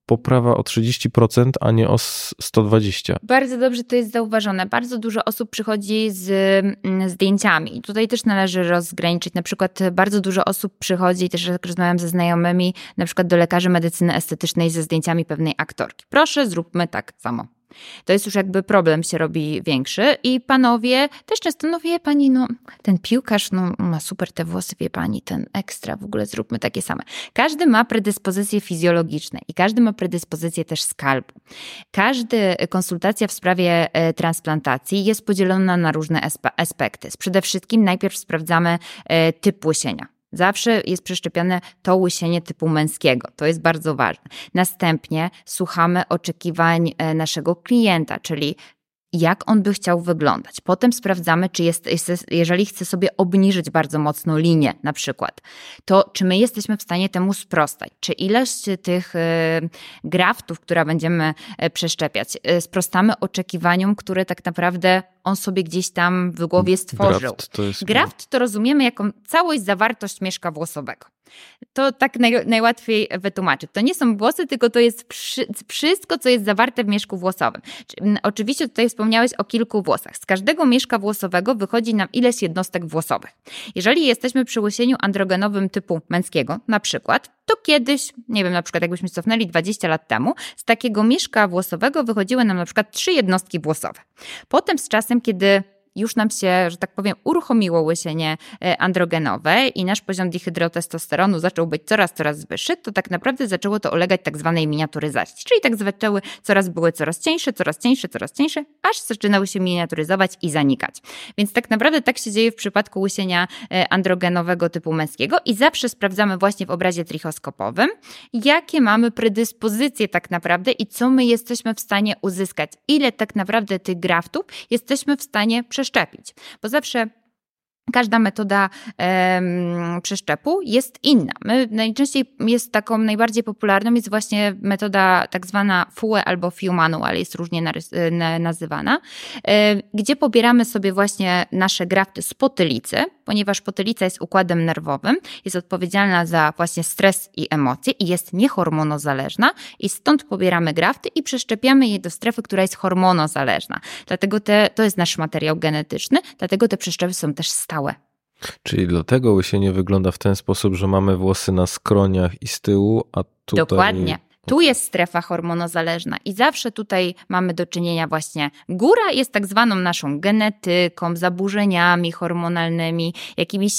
poprawa o trzydzieści procent, a nie o sto dwadzieścia procent. Bardzo dobrze to jest zauważone. Bardzo dużo osób przychodzi z zdjęciami. I tutaj też należy rozgraniczyć. Na przykład bardzo dużo osób przychodzi, też jak rozmawiam ze znajomymi, na przykład do lekarzy medycyny estetycznej ze zdjęciami pewnej aktorki. Proszę, zróbmy tak samo. To jest już jakby problem się robi większy i panowie też często, no wie pani, no ten piłkarz no, ma super te włosy, wie pani, ten ekstra, w ogóle zróbmy takie same. Każdy ma predyspozycje fizjologiczne i każdy ma predyspozycję też skalpu. Każda konsultacja w sprawie transplantacji jest podzielona na różne aspekty. Przede wszystkim najpierw sprawdzamy typ łosienia. Zawsze jest przeszczepione to łysienie typu męskiego. To jest bardzo ważne. Następnie słuchamy oczekiwań naszego klienta, czyli jak on by chciał wyglądać. Potem sprawdzamy, czy jest, jeżeli chce sobie obniżyć bardzo mocno linię na przykład, to czy my jesteśmy w stanie temu sprostać. Czy ilość tych graftów, która będziemy przeszczepiać, sprostamy oczekiwaniom, które tak naprawdę on sobie gdzieś tam w głowie stworzył. Graft to, jest... Graft to rozumiemy jako całość, zawartość mieszka włosowego. To tak naj, najłatwiej wytłumaczyć. To nie są włosy, tylko to jest przy, wszystko, co jest zawarte w mieszku włosowym. Oczywiście tutaj wspomniałeś o kilku włosach. Z każdego mieszka włosowego wychodzi nam ileś jednostek włosowych. Jeżeli jesteśmy przy łysieniu androgenowym typu męskiego, na przykład, to kiedyś, nie wiem, na przykład jakbyśmy cofnęli dwadzieścia lat temu, z takiego mieszka włosowego wychodziły nam na przykład trzy jednostki włosowe. Potem z czasem, kiedy już nam się, że tak powiem, uruchomiło łysienie androgenowe i nasz poziom dihydrotestosteronu zaczął być coraz, coraz wyższy, to tak naprawdę zaczęło to ulegać tak zwanej miniaturyzacji. Czyli tak zaczęły, coraz były coraz cieńsze, coraz cieńsze, coraz cieńsze, aż zaczynały się miniaturyzować i zanikać. Więc tak naprawdę tak się dzieje w przypadku łysienia androgenowego typu męskiego i zawsze sprawdzamy właśnie w obrazie trichoskopowym, jakie mamy predyspozycje tak naprawdę i co my jesteśmy w stanie uzyskać. Ile tak naprawdę tych graftów jesteśmy w stanie przeszczepić. Bo zawsze każda metoda um, przeszczepu jest inna. My najczęściej jest taką najbardziej popularną jest właśnie metoda tak zwana F U E albo F U manual, jest różnie narys- na, nazywana, e, gdzie pobieramy sobie właśnie nasze grafty z potylicy, ponieważ potylica jest układem nerwowym, jest odpowiedzialna za właśnie stres i emocje i jest niehormonozależna i stąd pobieramy grafty i przeszczepiamy je do strefy, która jest hormonozależna. Dlatego te, to jest nasz materiał genetyczny, dlatego te przeszczepy są też stałe. Czyli dlatego łysienie wygląda w ten sposób, że mamy włosy na skroniach i z tyłu, a tutaj... Dokładnie. Tu jest strefa hormonozależna i zawsze tutaj mamy do czynienia właśnie, góra jest tak zwaną naszą genetyką, zaburzeniami hormonalnymi, jakimiś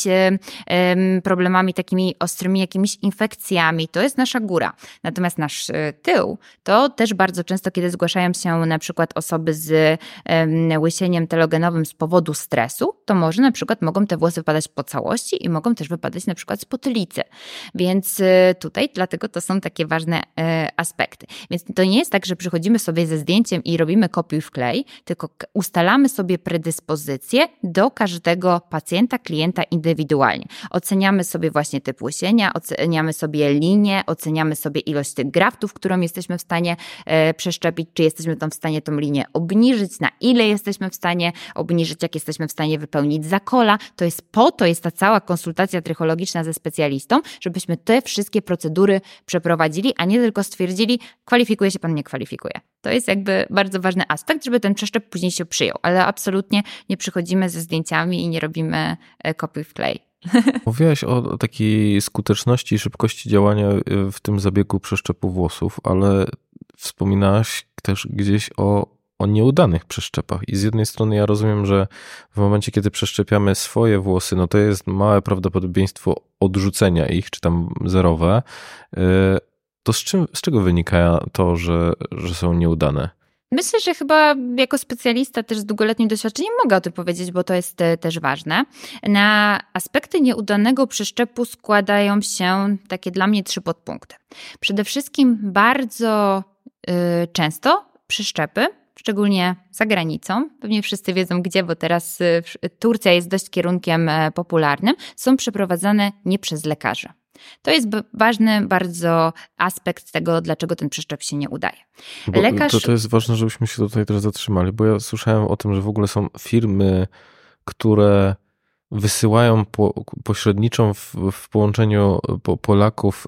um, problemami takimi ostrymi, jakimiś infekcjami. To jest nasza góra. Natomiast nasz tył to też bardzo często, kiedy zgłaszają się na przykład osoby z um, łysieniem telogenowym z powodu stresu, to może na przykład mogą te włosy wypadać po całości i mogą też wypadać na przykład z potylicy. Więc tutaj dlatego to są takie ważne aspekty. Więc to nie jest tak, że przychodzimy sobie ze zdjęciem i robimy kopiuj wklej, tylko ustalamy sobie predyspozycje do każdego pacjenta, klienta indywidualnie. Oceniamy sobie właśnie typ łysienia, oceniamy sobie linię, oceniamy sobie ilość tych graftów, którą jesteśmy w stanie e, przeszczepić, czy jesteśmy tam w stanie tą linię obniżyć, na ile jesteśmy w stanie obniżyć, jak jesteśmy w stanie wypełnić zakola. To jest po to jest ta cała konsultacja trychologiczna ze specjalistą, żebyśmy te wszystkie procedury przeprowadzili, a nie tylko stwierdzili, kwalifikuje się pan, nie kwalifikuje. To jest jakby bardzo ważny aspekt, żeby ten przeszczep później się przyjął, ale absolutnie nie przychodzimy ze zdjęciami i nie robimy kopiuj wklej. Mówiłaś o takiej skuteczności i szybkości działania w tym zabiegu przeszczepu włosów, ale wspominałaś też gdzieś o, o nieudanych przeszczepach i z jednej strony ja rozumiem, że w momencie, kiedy przeszczepiamy swoje włosy, no to jest małe prawdopodobieństwo odrzucenia ich, czy tam zerowe. To z, czym, z czego wynika to, że, że są nieudane? Myślę, że chyba jako specjalista też z długoletnim doświadczeniem mogę o tym powiedzieć, bo to jest też ważne. Na aspekty nieudanego przeszczepu składają się takie dla mnie trzy podpunkty. Przede wszystkim bardzo y, często przeszczepy, szczególnie za granicą, pewnie wszyscy wiedzą gdzie, bo teraz Turcja jest dość kierunkiem popularnym, są przeprowadzane nie przez lekarzy. To jest ważny bardzo aspekt tego, dlaczego ten przeszczep się nie udaje. Lekarz... To, to jest ważne, żebyśmy się tutaj teraz zatrzymali, bo ja słyszałem o tym, że w ogóle są firmy, które wysyłają po, pośredniczą w, w połączeniu po, Polaków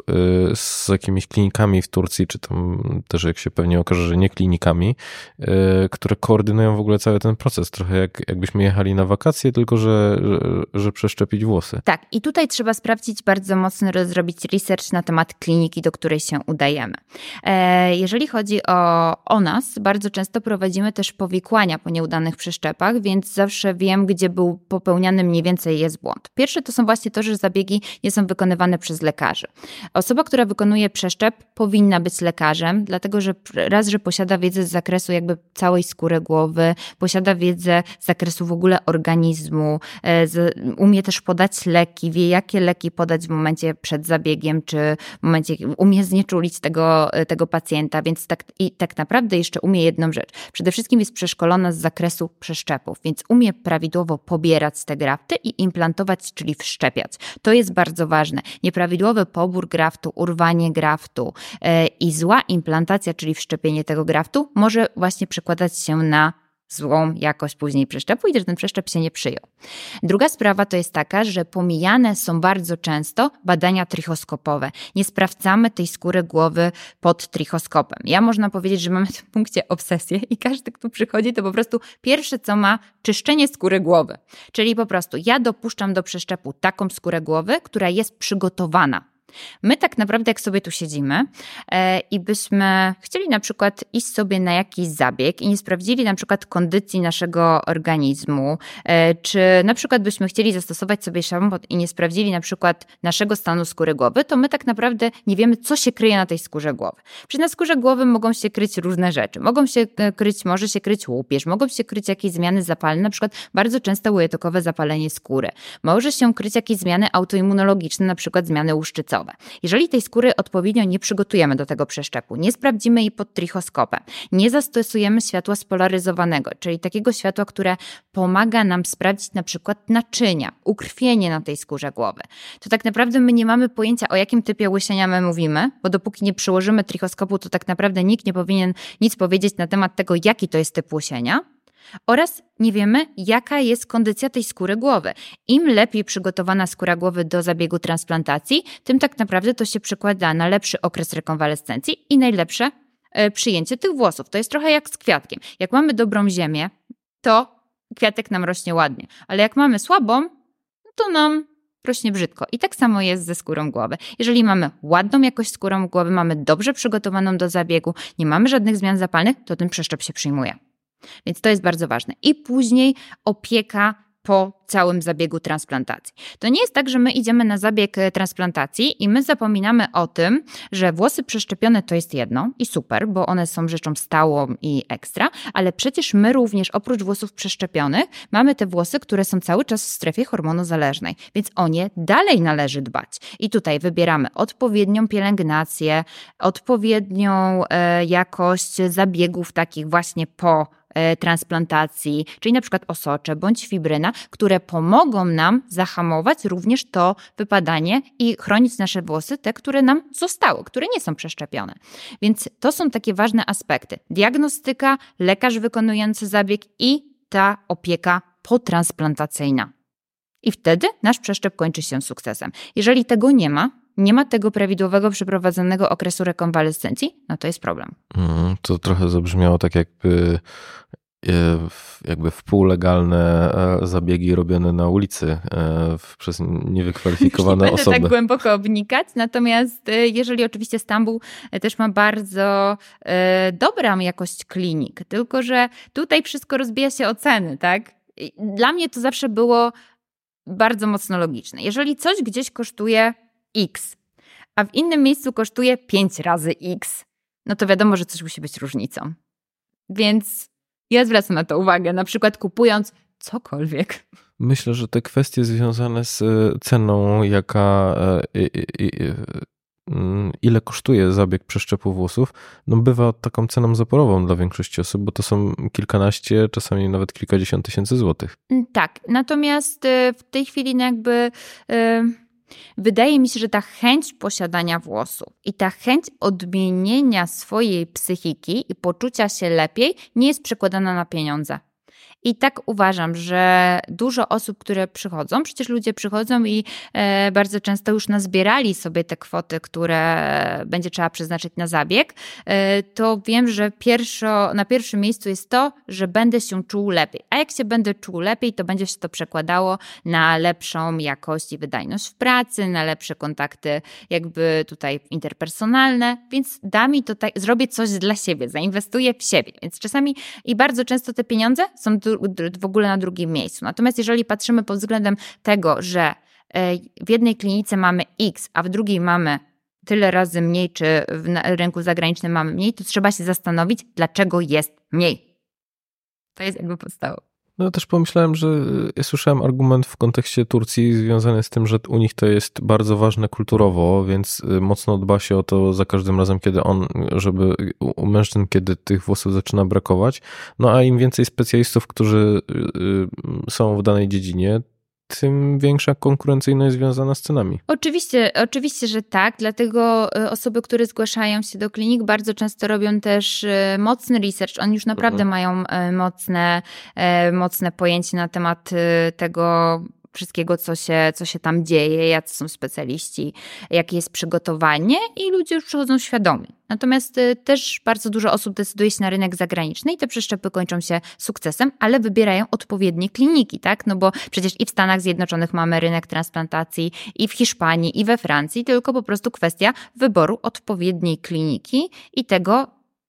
z jakimiś klinikami w Turcji, czy tam też jak się pewnie okaże, że nie klinikami, które koordynują w ogóle cały ten proces. Trochę jak, jakbyśmy jechali na wakacje, tylko że, że, że przeszczepić włosy. Tak, i tutaj trzeba sprawdzić bardzo mocno, zrobić research na temat kliniki, do której się udajemy. Jeżeli chodzi o, o nas, bardzo często prowadzimy też powikłania po nieudanych przeszczepach, więc zawsze wiem, gdzie był popełniany mniej więcej jest błąd. Pierwsze to są właśnie to, że zabiegi nie są wykonywane przez lekarzy. Osoba, która wykonuje przeszczep, powinna być lekarzem, dlatego że raz, że posiada wiedzę z zakresu jakby całej skóry głowy, posiada wiedzę z zakresu w ogóle organizmu, umie też podać leki, wie jakie leki podać w momencie przed zabiegiem, czy w momencie, umie znieczulić tego, tego pacjenta, więc tak, i tak naprawdę jeszcze umie jedną rzecz. Przede wszystkim jest przeszkolona z zakresu przeszczepów, więc umie prawidłowo pobierać te grafty i implantować, czyli wszczepiać. To jest bardzo ważne. Nieprawidłowy pobór graftu, urwanie graftu yy, i zła implantacja, czyli wszczepienie tego graftu może właśnie przekładać się na złą jakość później przeszczepu i też ten przeszczep się nie przyjął. Druga sprawa to jest taka, że pomijane są bardzo często badania trichoskopowe. Nie sprawdzamy tej skóry głowy pod trichoskopem. Ja można powiedzieć, że mamy w tym punkcie obsesję i każdy, kto przychodzi, to po prostu pierwsze co ma, czyszczenie skóry głowy. Czyli po prostu ja dopuszczam do przeszczepu taką skórę głowy, która jest przygotowana. My tak naprawdę jak sobie tu siedzimy e, i byśmy chcieli na przykład iść sobie na jakiś zabieg i nie sprawdzili na przykład kondycji naszego organizmu, e, czy na przykład byśmy chcieli zastosować sobie szampon i nie sprawdzili na przykład naszego stanu skóry głowy, to my tak naprawdę nie wiemy, co się kryje na tej skórze głowy. Przecież na skórze głowy mogą się kryć różne rzeczy. Mogą się kryć, może się kryć łupież, mogą się kryć jakieś zmiany zapalne, na przykład bardzo często łyżetokowe zapalenie skóry. Może się kryć jakieś zmiany autoimmunologiczne, na przykład zmiany łuszczycowe. Jeżeli tej skóry odpowiednio nie przygotujemy do tego przeszczepu, nie sprawdzimy jej pod trichoskopem, nie zastosujemy światła spolaryzowanego, czyli takiego światła, które pomaga nam sprawdzić na przykład naczynia, ukrwienie na tej skórze głowy, to tak naprawdę my nie mamy pojęcia, o jakim typie łysienia my mówimy, bo dopóki nie przyłożymy trichoskopu, to tak naprawdę nikt nie powinien nic powiedzieć na temat tego, jaki to jest typ łysienia. Oraz nie wiemy, jaka jest kondycja tej skóry głowy. Im lepiej przygotowana skóra głowy do zabiegu transplantacji, tym tak naprawdę to się przekłada na lepszy okres rekonwalescencji i najlepsze y, przyjęcie tych włosów. To jest trochę jak z kwiatkiem. Jak mamy dobrą ziemię, to kwiatek nam rośnie ładnie, ale jak mamy słabą, to nam rośnie brzydko. I tak samo jest ze skórą głowy. Jeżeli mamy ładną jakość skórą głowy, mamy dobrze przygotowaną do zabiegu, nie mamy żadnych zmian zapalnych, to ten przeszczep się przyjmuje. Więc to jest bardzo ważne. I później opieka po całym zabiegu transplantacji. To nie jest tak, że my idziemy na zabieg transplantacji i my zapominamy o tym, że włosy przeszczepione to jest jedno i super, bo one są rzeczą stałą i ekstra, ale przecież my również oprócz włosów przeszczepionych mamy te włosy, które są cały czas w strefie hormonozależnej, więc o nie dalej należy dbać. I tutaj wybieramy odpowiednią pielęgnację, odpowiednią e, jakość zabiegów takich właśnie po transplantacji, czyli na przykład osocze bądź fibryna, które pomogą nam zahamować również to wypadanie i chronić nasze włosy, te, które nam zostały, które nie są przeszczepione. Więc to są takie ważne aspekty. Diagnostyka, lekarz wykonujący zabieg i ta opieka potransplantacyjna. I wtedy nasz przeszczep kończy się sukcesem. Jeżeli tego nie ma, nie ma tego prawidłowego przeprowadzonego okresu rekonwalescencji, no to jest problem. Mm, to trochę zabrzmiało tak jakby jakby wpółlegalne zabiegi robione na ulicy przez niewykwalifikowane nie osoby. Nie będę tak głęboko wnikać, natomiast jeżeli oczywiście Stambuł też ma bardzo dobrą jakość klinik, tylko że tutaj wszystko rozbija się o ceny, tak? Dla mnie to zawsze było bardzo mocno logiczne. Jeżeli coś gdzieś kosztuje X, a w innym miejscu kosztuje pięć razy X, no to wiadomo, że coś musi być różnicą. Więc ja zwracam na to uwagę, na przykład kupując cokolwiek. Myślę, że te kwestie związane z ceną, jaka, ile kosztuje zabieg przeszczepu włosów, no bywa taką ceną zaporową dla większości osób, bo to są kilkanaście, czasami nawet kilkadziesiąt tysięcy złotych. Tak, natomiast w tej chwili no jakby... Wydaje mi się, że ta chęć posiadania włosów i ta chęć odmienienia swojej psychiki i poczucia się lepiej nie jest przekładana na pieniądze. I tak uważam, że dużo osób, które przychodzą, przecież ludzie przychodzą i e, bardzo często już nazbierali sobie te kwoty, które będzie trzeba przeznaczyć na zabieg, e, to wiem, że pierwszo, na pierwszym miejscu jest to, że będę się czuł lepiej. A jak się będę czuł lepiej, to będzie się to przekładało na lepszą jakość i wydajność w pracy, na lepsze kontakty jakby tutaj interpersonalne, więc da mi to tak, zrobię coś dla siebie, zainwestuję w siebie. Więc czasami i bardzo często te pieniądze są w ogóle na drugim miejscu. Natomiast jeżeli patrzymy pod względem tego, że w jednej klinice mamy X, a w drugiej mamy tyle razy mniej, czy w rynku zagranicznym mamy mniej, to trzeba się zastanowić, dlaczego jest mniej. To jest jakby podstawa. No też pomyślałem, że ja słyszałem argument w kontekście Turcji związany z tym, że u nich to jest bardzo ważne kulturowo, więc mocno dba się o to za każdym razem, kiedy on, żeby u mężczyzn, kiedy tych włosów zaczyna brakować. No a im więcej specjalistów, którzy są w danej dziedzinie, tym większa konkurencyjność związana z cenami. Oczywiście, oczywiście, że tak, dlatego osoby, które zgłaszają się do klinik, bardzo często robią też mocny research. Oni już naprawdę mhm. mają mocne, mocne pojęcie na temat tego wszystkiego, co się, co się tam dzieje, jacy są specjaliści, jakie jest przygotowanie i ludzie już przychodzą świadomi. Natomiast też bardzo dużo osób decyduje się na rynek zagraniczny i te przeszczepy kończą się sukcesem, ale wybierają odpowiednie kliniki, tak? No bo przecież i w Stanach Zjednoczonych mamy rynek transplantacji, i w Hiszpanii, i we Francji, tylko po prostu kwestia wyboru odpowiedniej kliniki i tego,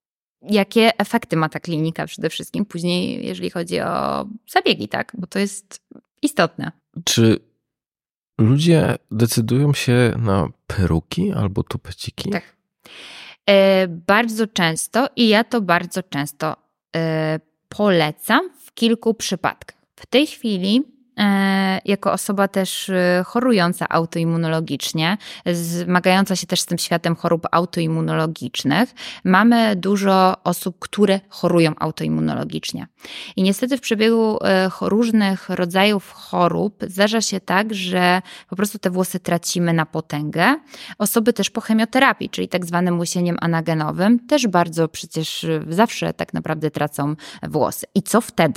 jakie efekty ma ta klinika przede wszystkim później, jeżeli chodzi o zabiegi, tak? Bo to jest istotne. Czy ludzie decydują się na peruki albo tupeciki? Tak. E, bardzo często i ja to bardzo często e, polecam w kilku przypadkach. W tej chwili e, jako osoba też chorująca autoimmunologicznie, zmagająca się też z tym światem chorób autoimmunologicznych, mamy dużo osób, które chorują autoimmunologicznie. I niestety w przebiegu różnych rodzajów chorób zdarza się tak, że po prostu te włosy tracimy na potęgę. Osoby też po chemioterapii, czyli tak zwanym łysieniem anagenowym, też bardzo przecież zawsze tak naprawdę tracą włosy. I co wtedy?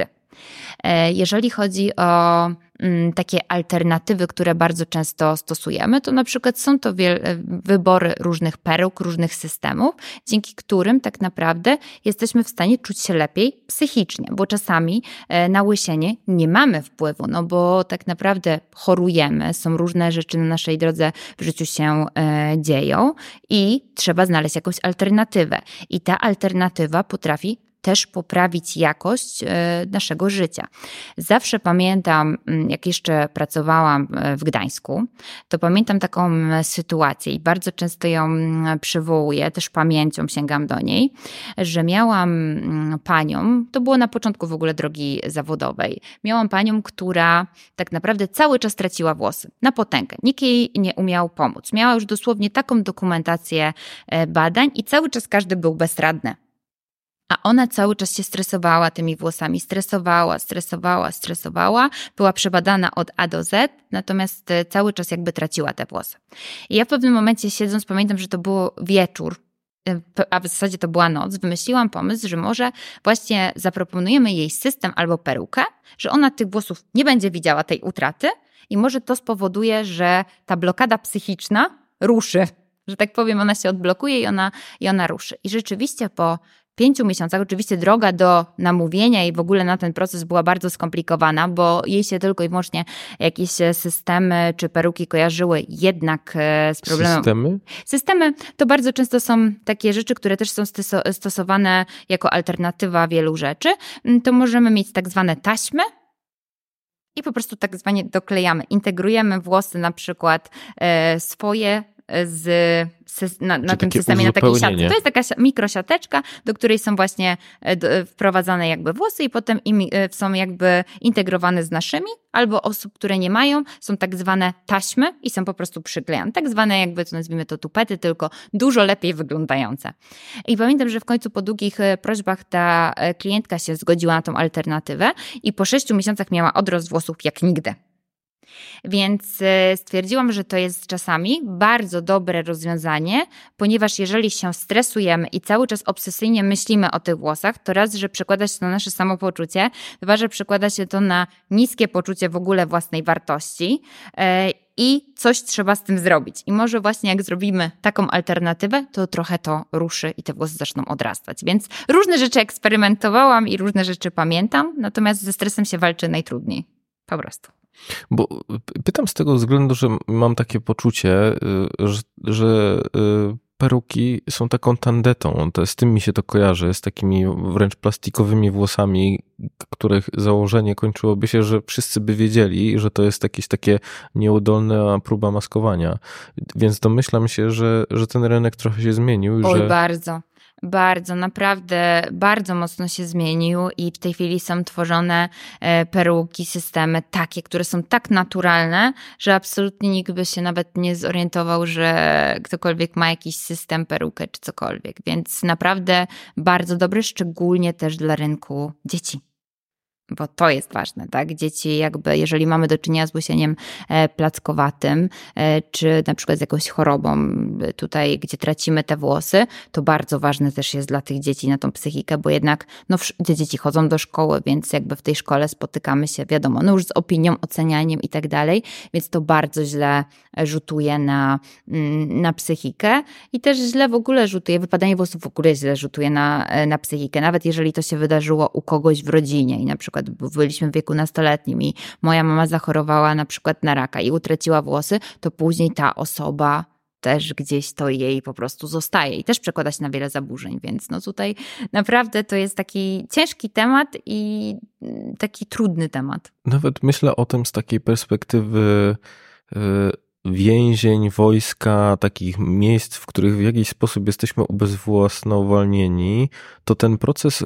Jeżeli chodzi o takie alternatywy, które bardzo często stosujemy, to na przykład są to wybory różnych peruk, różnych systemów, dzięki którym tak naprawdę jesteśmy w stanie czuć się lepiej psychicznie, bo czasami na łysienie nie mamy wpływu, no bo tak naprawdę chorujemy, są różne rzeczy na naszej drodze w życiu się dzieją i trzeba znaleźć jakąś alternatywę. I ta alternatywa potrafi też poprawić jakość naszego życia. Zawsze pamiętam, jak jeszcze pracowałam w Gdańsku, to pamiętam taką sytuację i bardzo często ją przywołuję, też pamięcią sięgam do niej, że miałam panią, to było na początku w ogóle drogi zawodowej, miałam panią, która tak naprawdę cały czas traciła włosy na potęgę. Nikt jej nie umiał pomóc. Miała już dosłownie taką dokumentację badań i cały czas każdy był bezradny. A ona cały czas się stresowała tymi włosami, stresowała, stresowała, stresowała, była przebadana od A do Z, natomiast cały czas jakby traciła te włosy. I ja w pewnym momencie siedząc, pamiętam, że to był wieczór, a w zasadzie to była noc, wymyśliłam pomysł, że może właśnie zaproponujemy jej system albo perukę, że ona tych włosów nie będzie widziała, tej utraty i może to spowoduje, że ta blokada psychiczna ruszy, że tak powiem, ona się odblokuje i ona, i ona ruszy. I rzeczywiście po pięciu miesiącach, oczywiście droga do namówienia i w ogóle na ten proces była bardzo skomplikowana, bo jej się tylko i wyłącznie jakieś systemy czy peruki kojarzyły jednak z problemem. Systemy? Systemy to bardzo często są takie rzeczy, które też są stosowane jako alternatywa wielu rzeczy. To możemy mieć tak zwane taśmy i po prostu tak zwanie doklejamy. Integrujemy włosy na przykład swoje z, na, na tym systemie, na takiej siatce. To jest taka mikrosiateczka, do której są właśnie wprowadzane jakby włosy i potem są jakby integrowane z naszymi, albo osób, które nie mają, są tak zwane taśmy i są po prostu przyklejane. Tak zwane jakby, to nazwijmy to tupety, tylko dużo lepiej wyglądające. I pamiętam, że w końcu po długich prośbach ta klientka się zgodziła na tą alternatywę i po sześciu miesiącach miała odrost włosów jak nigdy. Więc stwierdziłam, że to jest czasami bardzo dobre rozwiązanie, ponieważ jeżeli się stresujemy i cały czas obsesyjnie myślimy o tych włosach, to raz, że przekłada się to na nasze samopoczucie, dwa, że przekłada się to na niskie poczucie w ogóle własnej wartości i coś trzeba z tym zrobić. I może właśnie jak zrobimy taką alternatywę, to trochę to ruszy i te włosy zaczną odrastać. Więc różne rzeczy eksperymentowałam i różne rzeczy pamiętam, natomiast ze stresem się walczy najtrudniej. Po prostu. Bo pytam z tego względu, że mam takie poczucie, że, że peruki są taką tandetą. To z tym mi się to kojarzy, z takimi wręcz plastikowymi włosami, których założenie kończyłoby się, że wszyscy by wiedzieli, że to jest jakieś takie nieudolna próba maskowania. Więc domyślam się, że, że ten rynek trochę się zmienił. Oj, że... bardzo. Bardzo, naprawdę bardzo mocno się zmienił i w tej chwili są tworzone peruki, systemy takie, które są tak naturalne, że absolutnie nikt by się nawet nie zorientował, że ktokolwiek ma jakiś system, perukę czy cokolwiek. Więc naprawdę bardzo dobry, szczególnie też dla rynku dzieci. Bo to jest ważne, tak? Dzieci jakby, jeżeli mamy do czynienia z łysieniem plackowatym, czy na przykład z jakąś chorobą tutaj, gdzie tracimy te włosy, to bardzo ważne też jest dla tych dzieci na tą psychikę, bo jednak no, te dzieci chodzą do szkoły, więc jakby w tej szkole spotykamy się, wiadomo, no już z opinią, ocenianiem i tak dalej, więc to bardzo źle rzutuje na, na psychikę i też źle w ogóle rzutuje, wypadanie włosów w ogóle źle rzutuje na, na psychikę, nawet jeżeli to się wydarzyło u kogoś w rodzinie i na przykład byliśmy w wieku nastoletnim i moja mama zachorowała na przykład na raka i utraciła włosy, to później ta osoba też gdzieś to jej po prostu zostaje i też przekłada się na wiele zaburzeń, więc no tutaj naprawdę to jest taki ciężki temat i taki trudny temat. Nawet myślę o tym z takiej perspektywy yy... więzień, wojska, takich miejsc, w których w jakiś sposób jesteśmy ubezwłasnowolnieni, to ten proces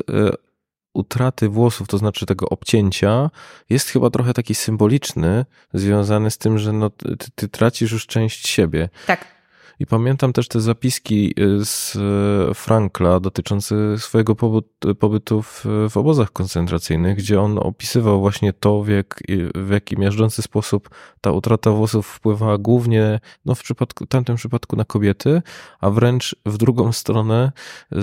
utraty włosów, to znaczy tego obcięcia, jest chyba trochę taki symboliczny, związany z tym, że no, ty, ty tracisz już część siebie. Tak. I pamiętam też te zapiski z Frankla dotyczące swojego pobytu w, w obozach koncentracyjnych, gdzie on opisywał właśnie to, w, jak, w jaki miażdżący sposób ta utrata włosów wpływała głównie, no w przypadku, tamtym przypadku na kobiety, a wręcz w drugą stronę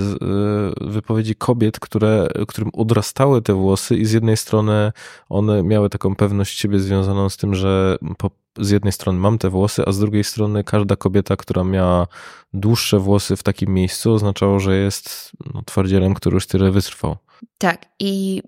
wypowiedzi kobiet, które, którym odrastały te włosy i z jednej strony one miały taką pewność siebie związaną z tym, że po z jednej strony mam te włosy, a z drugiej strony każda kobieta, która miała dłuższe włosy w takim miejscu, oznaczało, że jest no, twardzielem, który już tyle wytrwał. Tak i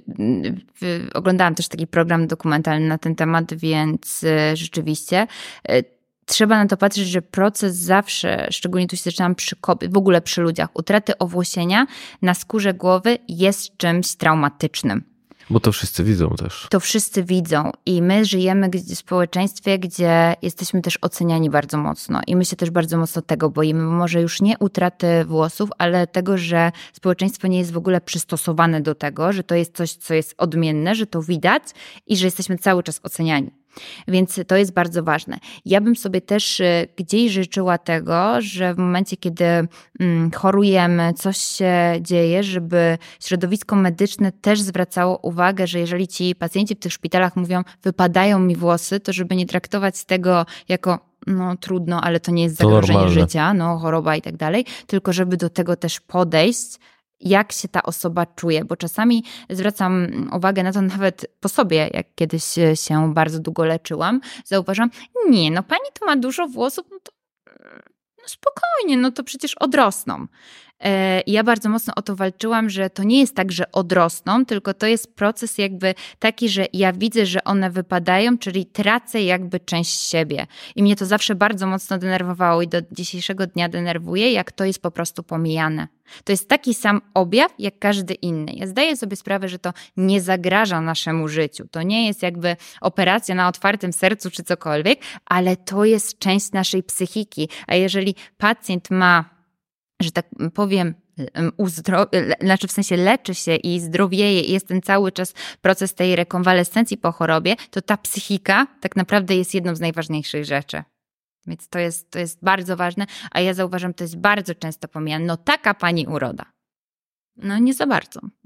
oglądałam też taki program dokumentalny na ten temat, więc rzeczywiście trzeba na to patrzeć, że proces zawsze, szczególnie tu się zaczynam przy kobiet, w ogóle przy ludziach, utraty owłosienia na skórze głowy jest czymś traumatycznym. Bo to wszyscy widzą też. To wszyscy widzą i my żyjemy w społeczeństwie, gdzie jesteśmy też oceniani bardzo mocno i my się też bardzo mocno tego boimy, może już nie utraty włosów, ale tego, że społeczeństwo nie jest w ogóle przystosowane do tego, że to jest coś, co jest odmienne, że to widać i że jesteśmy cały czas oceniani. Więc to jest bardzo ważne. Ja bym sobie też gdzieś życzyła tego, że w momencie, kiedy chorujemy, coś się dzieje, żeby środowisko medyczne też zwracało uwagę, że jeżeli ci pacjenci w tych szpitalach mówią, wypadają mi włosy, to żeby nie traktować tego jako no trudno, ale to nie jest zagrożenie życia, no choroba i tak dalej, tylko żeby do tego też podejść, jak się ta osoba czuje, bo czasami zwracam uwagę na to nawet po sobie, jak kiedyś się bardzo długo leczyłam, zauważam, nie, no pani tu ma dużo włosów, no to no spokojnie, no to przecież odrosną. Ja bardzo mocno o to walczyłam, że to nie jest tak, że odrosną, tylko to jest proces jakby taki, że ja widzę, że one wypadają, czyli tracę jakby część siebie. I mnie to zawsze bardzo mocno denerwowało i do dzisiejszego dnia denerwuje, jak to jest po prostu pomijane. To jest taki sam objaw, jak każdy inny. Ja zdaję sobie sprawę, że to nie zagraża naszemu życiu. To nie jest jakby operacja na otwartym sercu czy cokolwiek, ale to jest część naszej psychiki. A jeżeli pacjent ma, że tak powiem, uzdro... znaczy w sensie leczy się i zdrowieje i jest ten cały czas proces tej rekonwalescencji po chorobie, to ta psychika tak naprawdę jest jedną z najważniejszych rzeczy. Więc to jest, to jest bardzo ważne, a ja zauważam, to jest bardzo często pomijane. No taka pani uroda. No nie za bardzo.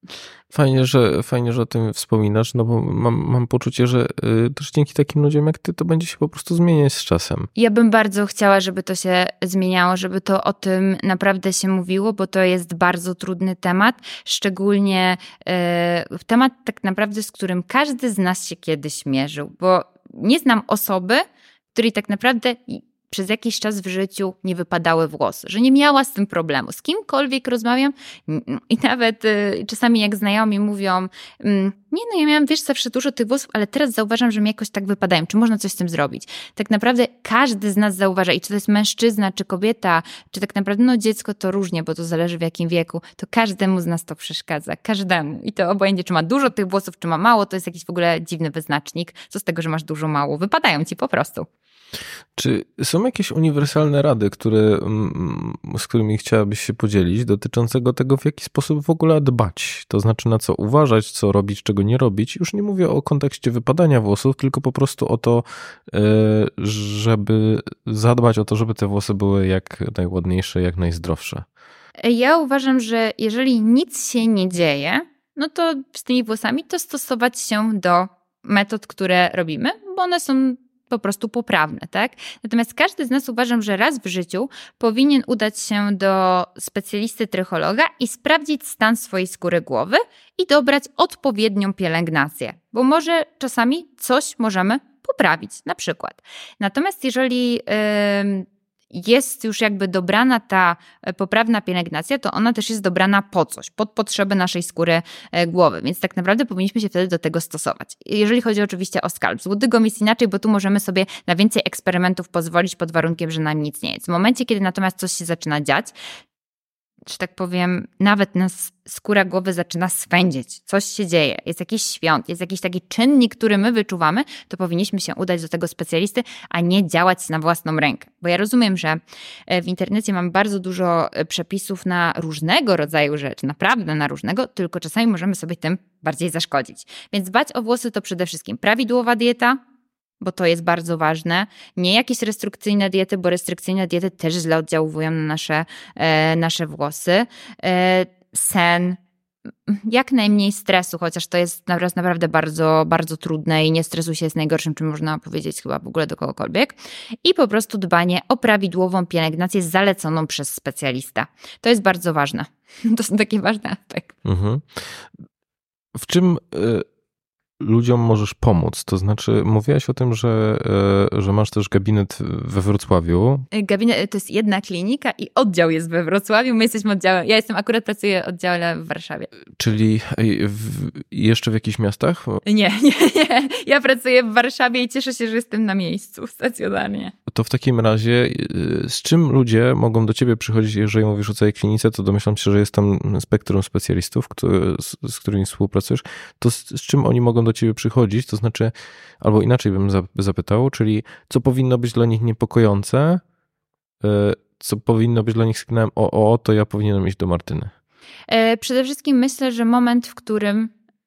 Fajnie, że, fajnie, że o tym wspominasz, no bo mam, mam poczucie, że y, też dzięki takim ludziom jak ty to będzie się po prostu zmieniać z czasem. Ja bym bardzo chciała, żeby to się zmieniało, żeby to o tym naprawdę się mówiło, bo to jest bardzo trudny temat, szczególnie y, temat tak naprawdę, z którym każdy z nas się kiedyś mierzył, bo nie znam osoby, której tak naprawdę przez jakiś czas w życiu nie wypadały włosy, że nie miała z tym problemu. Z kimkolwiek rozmawiam i nawet y, czasami jak znajomi mówią, mm, nie no ja miałam wiesz zawsze dużo tych włosów, ale teraz zauważam, że mi jakoś tak wypadają. Czy można coś z tym zrobić? Tak naprawdę każdy z nas zauważa i czy to jest mężczyzna, czy kobieta, czy tak naprawdę no dziecko to różnie, bo to zależy w jakim wieku, to każdemu z nas to przeszkadza. Każdemu. I to obojętnie, czy ma dużo tych włosów, czy ma mało, to jest jakiś w ogóle dziwny wyznacznik. Co z tego, że masz dużo, mało? Wypadają ci po prostu. Czy są jakieś uniwersalne rady, które, z którymi chciałabyś się podzielić, dotyczącego tego, w jaki sposób w ogóle dbać? To znaczy na co uważać, co robić, czego nie robić. Już nie mówię o kontekście wypadania włosów, tylko po prostu o to, żeby zadbać o to, żeby te włosy były jak najładniejsze, jak najzdrowsze. Ja uważam, że jeżeli nic się nie dzieje, no to z tymi włosami to stosować się do metod, które robimy, bo one są po prostu poprawne, tak? Natomiast każdy z nas uważam, że raz w życiu powinien udać się do specjalisty trychologa i sprawdzić stan swojej skóry głowy i dobrać odpowiednią pielęgnację, bo może czasami coś możemy poprawić, na przykład. Natomiast jeżeli yy, jest już jakby dobrana ta poprawna pielęgnacja, to ona też jest dobrana po coś, pod potrzeby naszej skóry głowy, więc tak naprawdę powinniśmy się wtedy do tego stosować. Jeżeli chodzi oczywiście o skalp. Z łodygą jest inaczej, bo tu możemy sobie na więcej eksperymentów pozwolić pod warunkiem, że nam nic nie jest. W momencie, kiedy natomiast coś się zaczyna dziać, że tak powiem, nawet nas skóra głowy zaczyna swędzić, coś się dzieje, jest jakiś świąt, jest jakiś taki czynnik, który my wyczuwamy, to powinniśmy się udać do tego specjalisty, a nie działać na własną rękę. Bo ja rozumiem, że w internecie mam bardzo dużo przepisów na różnego rodzaju rzeczy, naprawdę na różnego, tylko czasami możemy sobie tym bardziej zaszkodzić. Więc dbać o włosy to przede wszystkim prawidłowa dieta, bo to jest bardzo ważne. Nie jakieś restrykcyjne diety, bo restrykcyjne diety też źle oddziałują na nasze, e, nasze włosy. E, sen, jak najmniej stresu, chociaż to jest naprawdę bardzo, bardzo trudne i nie stresuj się jest najgorszym, czym można powiedzieć chyba w ogóle do kogokolwiek. I po prostu dbanie o prawidłową pielęgnację zaleconą przez specjalistę. To jest bardzo ważne. To są takie ważne aspekty. Mhm. W czym... Y- ludziom możesz pomóc? To znaczy, mówiłaś o tym, że, że masz też gabinet we Wrocławiu. Gabinet to jest jedna klinika i oddział jest we Wrocławiu. My jesteśmy oddziałem, ja jestem akurat pracuję w oddziale w Warszawie. Czyli w, jeszcze w jakichś miastach? Nie, nie, nie. Ja pracuję w Warszawie i cieszę się, że jestem na miejscu stacjonarnie. To w takim razie z czym ludzie mogą do ciebie przychodzić, jeżeli mówisz o całej klinice, to domyślam się, że jest tam spektrum specjalistów, który, z, z którymi współpracujesz. To z, z czym oni mogą do ciebie przychodzić? To znaczy, albo inaczej bym zapytał, czyli co powinno być dla nich niepokojące, co powinno być dla nich sygnałem, o, o, to ja powinienem iść do Martyny. Przede wszystkim myślę, że moment, w którym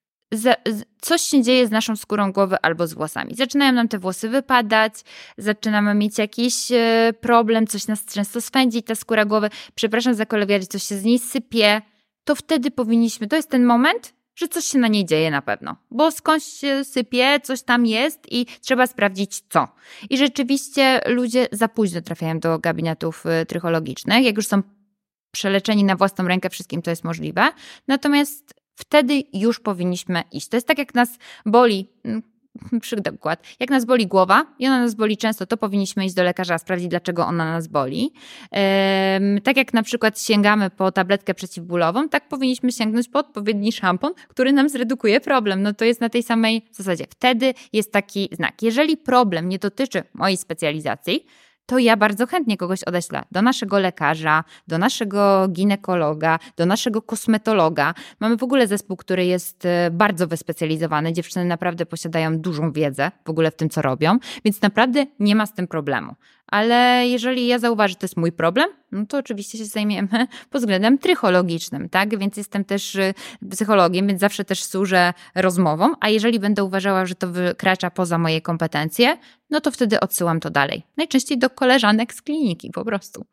coś się dzieje z naszą skórą głowy albo z włosami. Zaczynają nam te włosy wypadać, zaczynamy mieć jakiś problem, coś nas często swędzi, ta skóra głowy, przepraszam za kolokwializm, coś się z niej sypie, to wtedy powinniśmy, to jest ten moment, że coś się na niej dzieje na pewno, bo skądś się sypie, coś tam jest i trzeba sprawdzić co. I rzeczywiście ludzie za późno trafiają do gabinetów trychologicznych, jak już są przeleczeni na własną rękę, wszystkim to jest możliwe, natomiast wtedy już powinniśmy iść. To jest tak, jak nas boli, przykład, jak nas boli głowa i ona nas boli często, to powinniśmy iść do lekarza, sprawdzić, dlaczego ona nas boli. Ehm, tak jak na przykład sięgamy po tabletkę przeciwbólową, tak powinniśmy sięgnąć po odpowiedni szampon, który nam zredukuje problem. No to jest na tej samej zasadzie. Wtedy jest taki znak. Jeżeli problem nie dotyczy mojej specjalizacji, to ja bardzo chętnie kogoś odeślę do naszego lekarza, do naszego ginekologa, do naszego kosmetologa. Mamy w ogóle zespół, który jest bardzo wyspecjalizowany. Dziewczyny naprawdę posiadają dużą wiedzę w ogóle w tym, co robią, więc naprawdę nie ma z tym problemu. Ale jeżeli ja zauważę, że to jest mój problem, no to oczywiście się zajmiemy pod względem trychologicznym, tak? Więc jestem też psychologiem, więc zawsze też służę rozmową, a jeżeli będę uważała, że to wykracza poza moje kompetencje, no to wtedy odsyłam to dalej. Najczęściej do koleżanek z kliniki po prostu.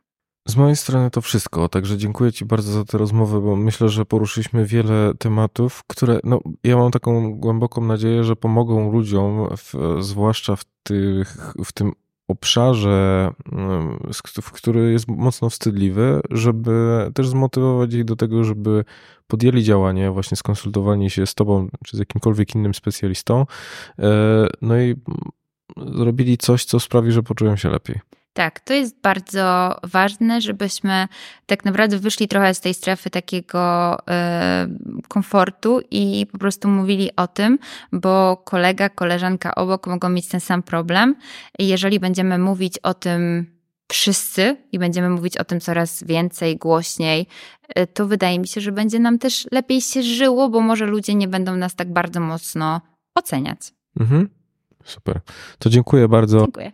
Z mojej strony to wszystko, także dziękuję Ci bardzo za tę rozmowę, bo myślę, że poruszyliśmy wiele tematów, które, no, ja mam taką głęboką nadzieję, że pomogą ludziom, w, zwłaszcza w, tych, w tym obszarze, w który jest mocno wstydliwy, żeby też zmotywować ich do tego, żeby podjęli działanie, właśnie skonsultowali się z Tobą czy z jakimkolwiek innym specjalistą, no i zrobili coś, co sprawi, że poczują się lepiej. Tak, to jest bardzo ważne, żebyśmy tak naprawdę wyszli trochę z tej strefy takiego y, komfortu i po prostu mówili o tym, bo kolega, koleżanka obok mogą mieć ten sam problem. I jeżeli będziemy mówić o tym wszyscy i będziemy mówić o tym coraz więcej, głośniej, y, to wydaje mi się, że będzie nam też lepiej się żyło, bo może ludzie nie będą nas tak bardzo mocno oceniać. Mhm. Super. To dziękuję bardzo. Dziękuję.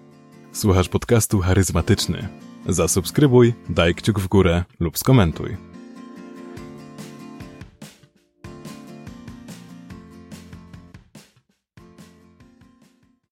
Słuchasz podcastu Charyzmatyczny. Zasubskrybuj, daj kciuk w górę lub skomentuj.